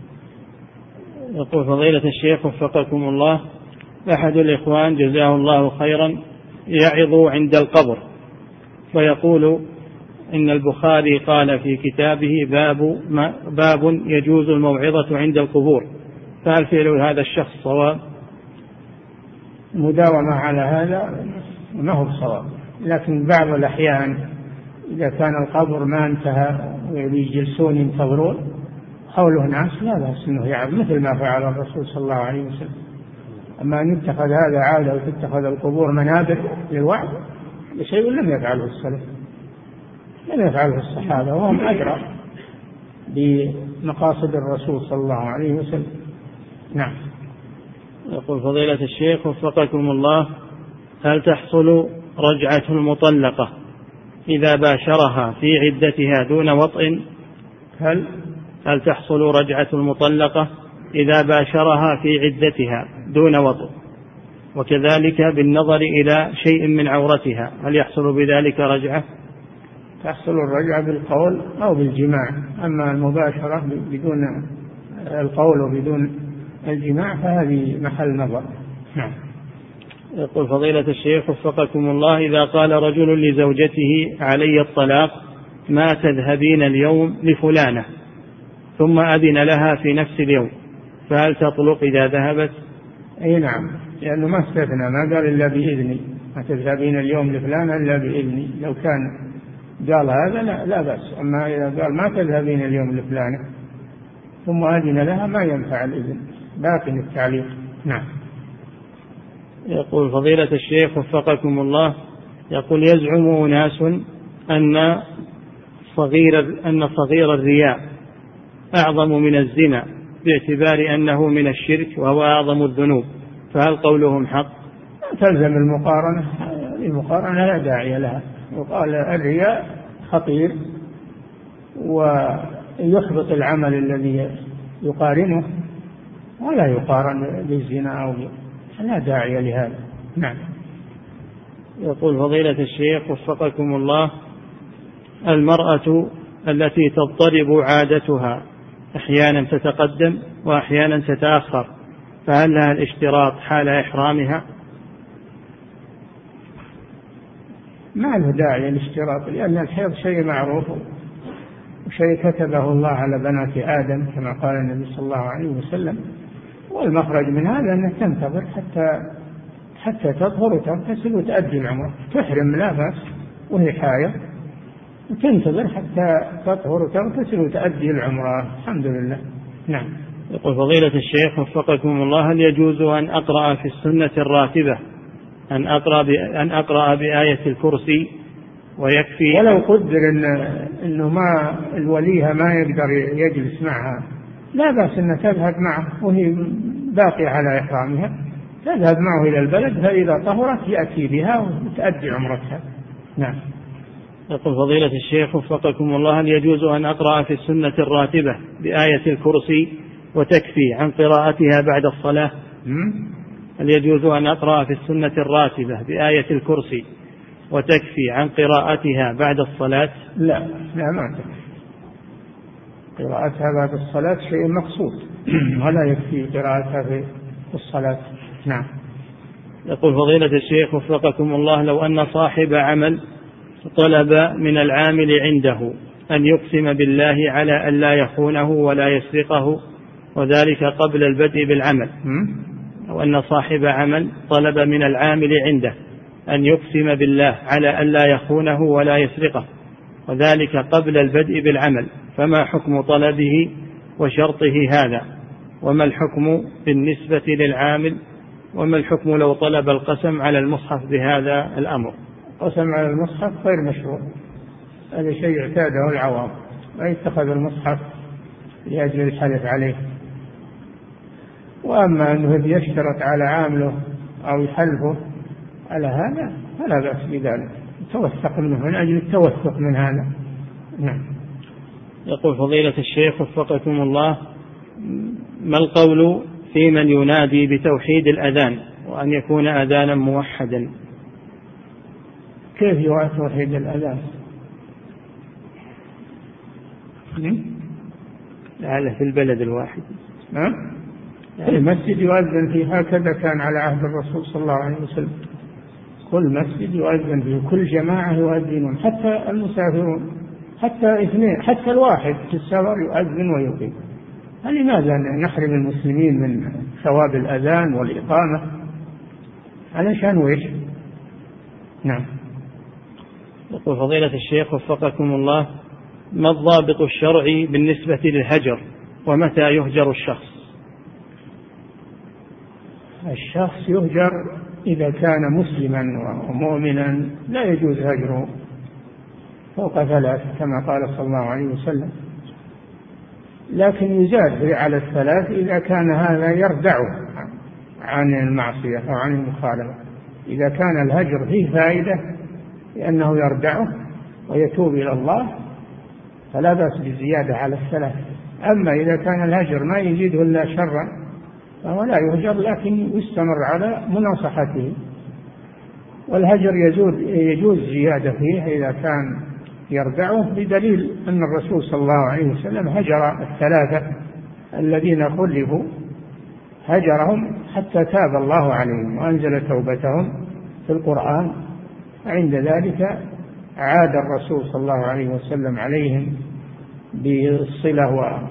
S1: يقول فضيلة الشيخ وفقكم الله: أحد الإخوان جزاه الله خيرا يعظ عند القبر ويقول إن البخاري قال في كتابه باب, ما باب يجوز الموعظة عند القبور، فهل فعل هذا الشخص صواب؟
S2: مداومة على هذا ما هو صواب، لكن بعض الأحيان إذا كان القبر ما انتهى ويجلسون ينتظرون حوله ناس لا بأس أنه يعظ، مثل ما فعل الرسول صلى الله عليه وسلم. أما أن يتخذ هذا عادة وتتخذ القبور منابر للوعظ شيء لم يفعله السلف، لم يفعله الصحابة، وهم أدرى بمقاصد الرسول صلى الله عليه وسلم. نعم.
S1: يقول فضيلة الشيخ وفقكم الله: هل تحصل رجعة المطلقة إذا باشرها في عدتها دون وطء؟
S2: هل
S1: هل تحصل رجعة المطلقة إذا باشرها في عدتها دون وطء، وكذلك بالنظر إلى شيء من عورتها، هل يحصل بذلك رجعة؟
S2: تحصل الرجعة بالقول أو بالجماع، أما المباشرة بدون القول وبدون الجماع فهذه محل نظر. نعم.
S1: يقول فضيلة الشيخ وفقكم الله: إذا قال رجل لزوجته علي الطلاق ما تذهبين اليوم لفلانة ثم أذن لها في نفس اليوم، فهل تطلق إذا ذهبت؟
S2: أي نعم، لأنه ما استثنى، ما قال إلا بإذني، ما تذهبين اليوم لفلانة إلا بإذني. لو كان قال هذا لا, لا بأس، أما إذا قال ما تذهبين اليوم لفلانة ثم أذن لها ما ينفع الإذن، باقي التعليق. نعم.
S1: يقول فضيلة الشيخ وفقكم الله: يقول يزعم أناس أن صغير أن صغير الرياء أعظم من الزنا باعتبار أنه من الشرك وهو أعظم الذنوب، فهل قولهم حق؟
S2: تلزم المقارنة، المقارنة لا داعي لها، وقال الرياء خطير ويحبط العمل الذي يقارنه، ولا يقارن بالزنا أو لا داعي لهذا. نعم.
S1: يقول فضيلة الشيخ وفقكم الله: المرأة التي تضطرب عادتها أحيانا تتقدم وأحيانا تتأخر، فهل لها الاشتراط حال إحرامها؟
S2: ما له داعي الاشتراط، لأن الحيض شيء معروف وشيء كتبه الله على بنات آدم كما قال النبي صلى الله عليه وسلم، والمخرج من هذا أنها تنتظر حتى حتى تطهر وتغتسل وتؤدي العمرة، تحرم لا بأس وهي حائض، وتنتظر حتى تطهر وتغتسل وتؤدي العمرة. الحمد لله. نعم.
S1: يقول فضيلة الشيخ وفقكم الله: هل يجوز أن أقرأ في السنة الراتبة أن أقرأ أن أقرأ بآية الكرسي ويكفي؟
S2: ولو قدر إن إنه ما الوليها ما يقدر يجلس معها، لا بأس أن تذهب معه وهي باقية على إحرامها، تذهب معه إلى البلد، فإذا طهرت يأتي بها وتؤدي عمرتها. نعم.
S1: يقول فضيلة الشيخ وفقكم الله: هل يجوز أن أقرأ في السنة الراتبة بآية الكرسي وتكفي عن قراءتها بعد الصلاة؟ هل يجوز أن أقرأ في السنة الراتبة بآية الكرسي وتكفي عن قراءتها بعد الصلاة؟
S2: لا لا ما تكفي. قراءتها بعد الصلاة شيء مقصود ولا يكفي قراءتها في الصلاة. نعم.
S1: يقول فضيلة الشيخ وفقكم الله: لو أن صاحب عمل طلب من العامل عنده أن يقسم بالله على أن لا يخونه ولا يسرقه، وذلك قبل البدء بالعمل، أو أن صاحب عمل طلب من العامل عنده أن يقسم بالله على أن لا يخونه ولا يسرقه، وذلك قبل البدء بالعمل، فما حكم طلبه وشرطه هذا؟ وما الحكم بالنسبة للعامل؟ وما الحكم لو طلب القسم على المصحف بهذا الأمر؟
S2: قسم على المصحف غير مشروع، هذا شيء اعتاده العوام، لا يتخذ المصحف لأجل الحلف عليه. وأما أنه يشترط على عامله أو يحلفه على هذا فلا بأس بذلك، توثق منه من أجل التوثق من هذا. نعم.
S1: يقول فضيلة الشيخ وفقكم الله: ما القول في من ينادي بتوحيد الأذان وأن يكون أذانا موحدا؟
S2: كيف توحيد الأذان؟
S1: لعله في البلد الواحد.
S2: ها؟ المسجد يؤذن فيه، هكذا كان على عهد الرسول صلى الله عليه وسلم، كل مسجد يؤذن فيه، كل جماعة يؤذنون، حتى المسافرون، حتى اثنين، حتى الواحد في السفر يؤذن ويقيم. فلماذا نحرم المسلمين من ثواب الأذان والإقامة؟ علشان ويش؟ نعم.
S1: يقول فضيلة الشيخ وفقكم الله: ما الضابط الشرعي بالنسبة للهجر، ومتى يهجر الشخص؟
S2: الشخص يهجر إذا كان مسلما ومؤمنا، لا يجوز هجره فوق ثلاث كما قال صلى الله عليه وسلم، لكن يزاد على الثلاث إذا كان هذا يردعه عن المعصية أو عن المخالفة. إذا كان الهجر فيه فائدة لأنه يردعه ويتوب إلى الله فلا بأس بالزيادة على الثلاث. أما إذا كان الهجر ما يزيده إلا شرا فهو لا يهجر، لكن يستمر على مناصحته. والهجر يجوز, يجوز زيادة فيه إذا كان يردعه، بدليل أن الرسول صلى الله عليه وسلم هجر الثلاثة الذين خلفوا، هجرهم حتى تاب الله عليهم وأنزل توبتهم في القرآن. عند ذلك عاد الرسول صلى الله عليه وسلم عليهم بالصلة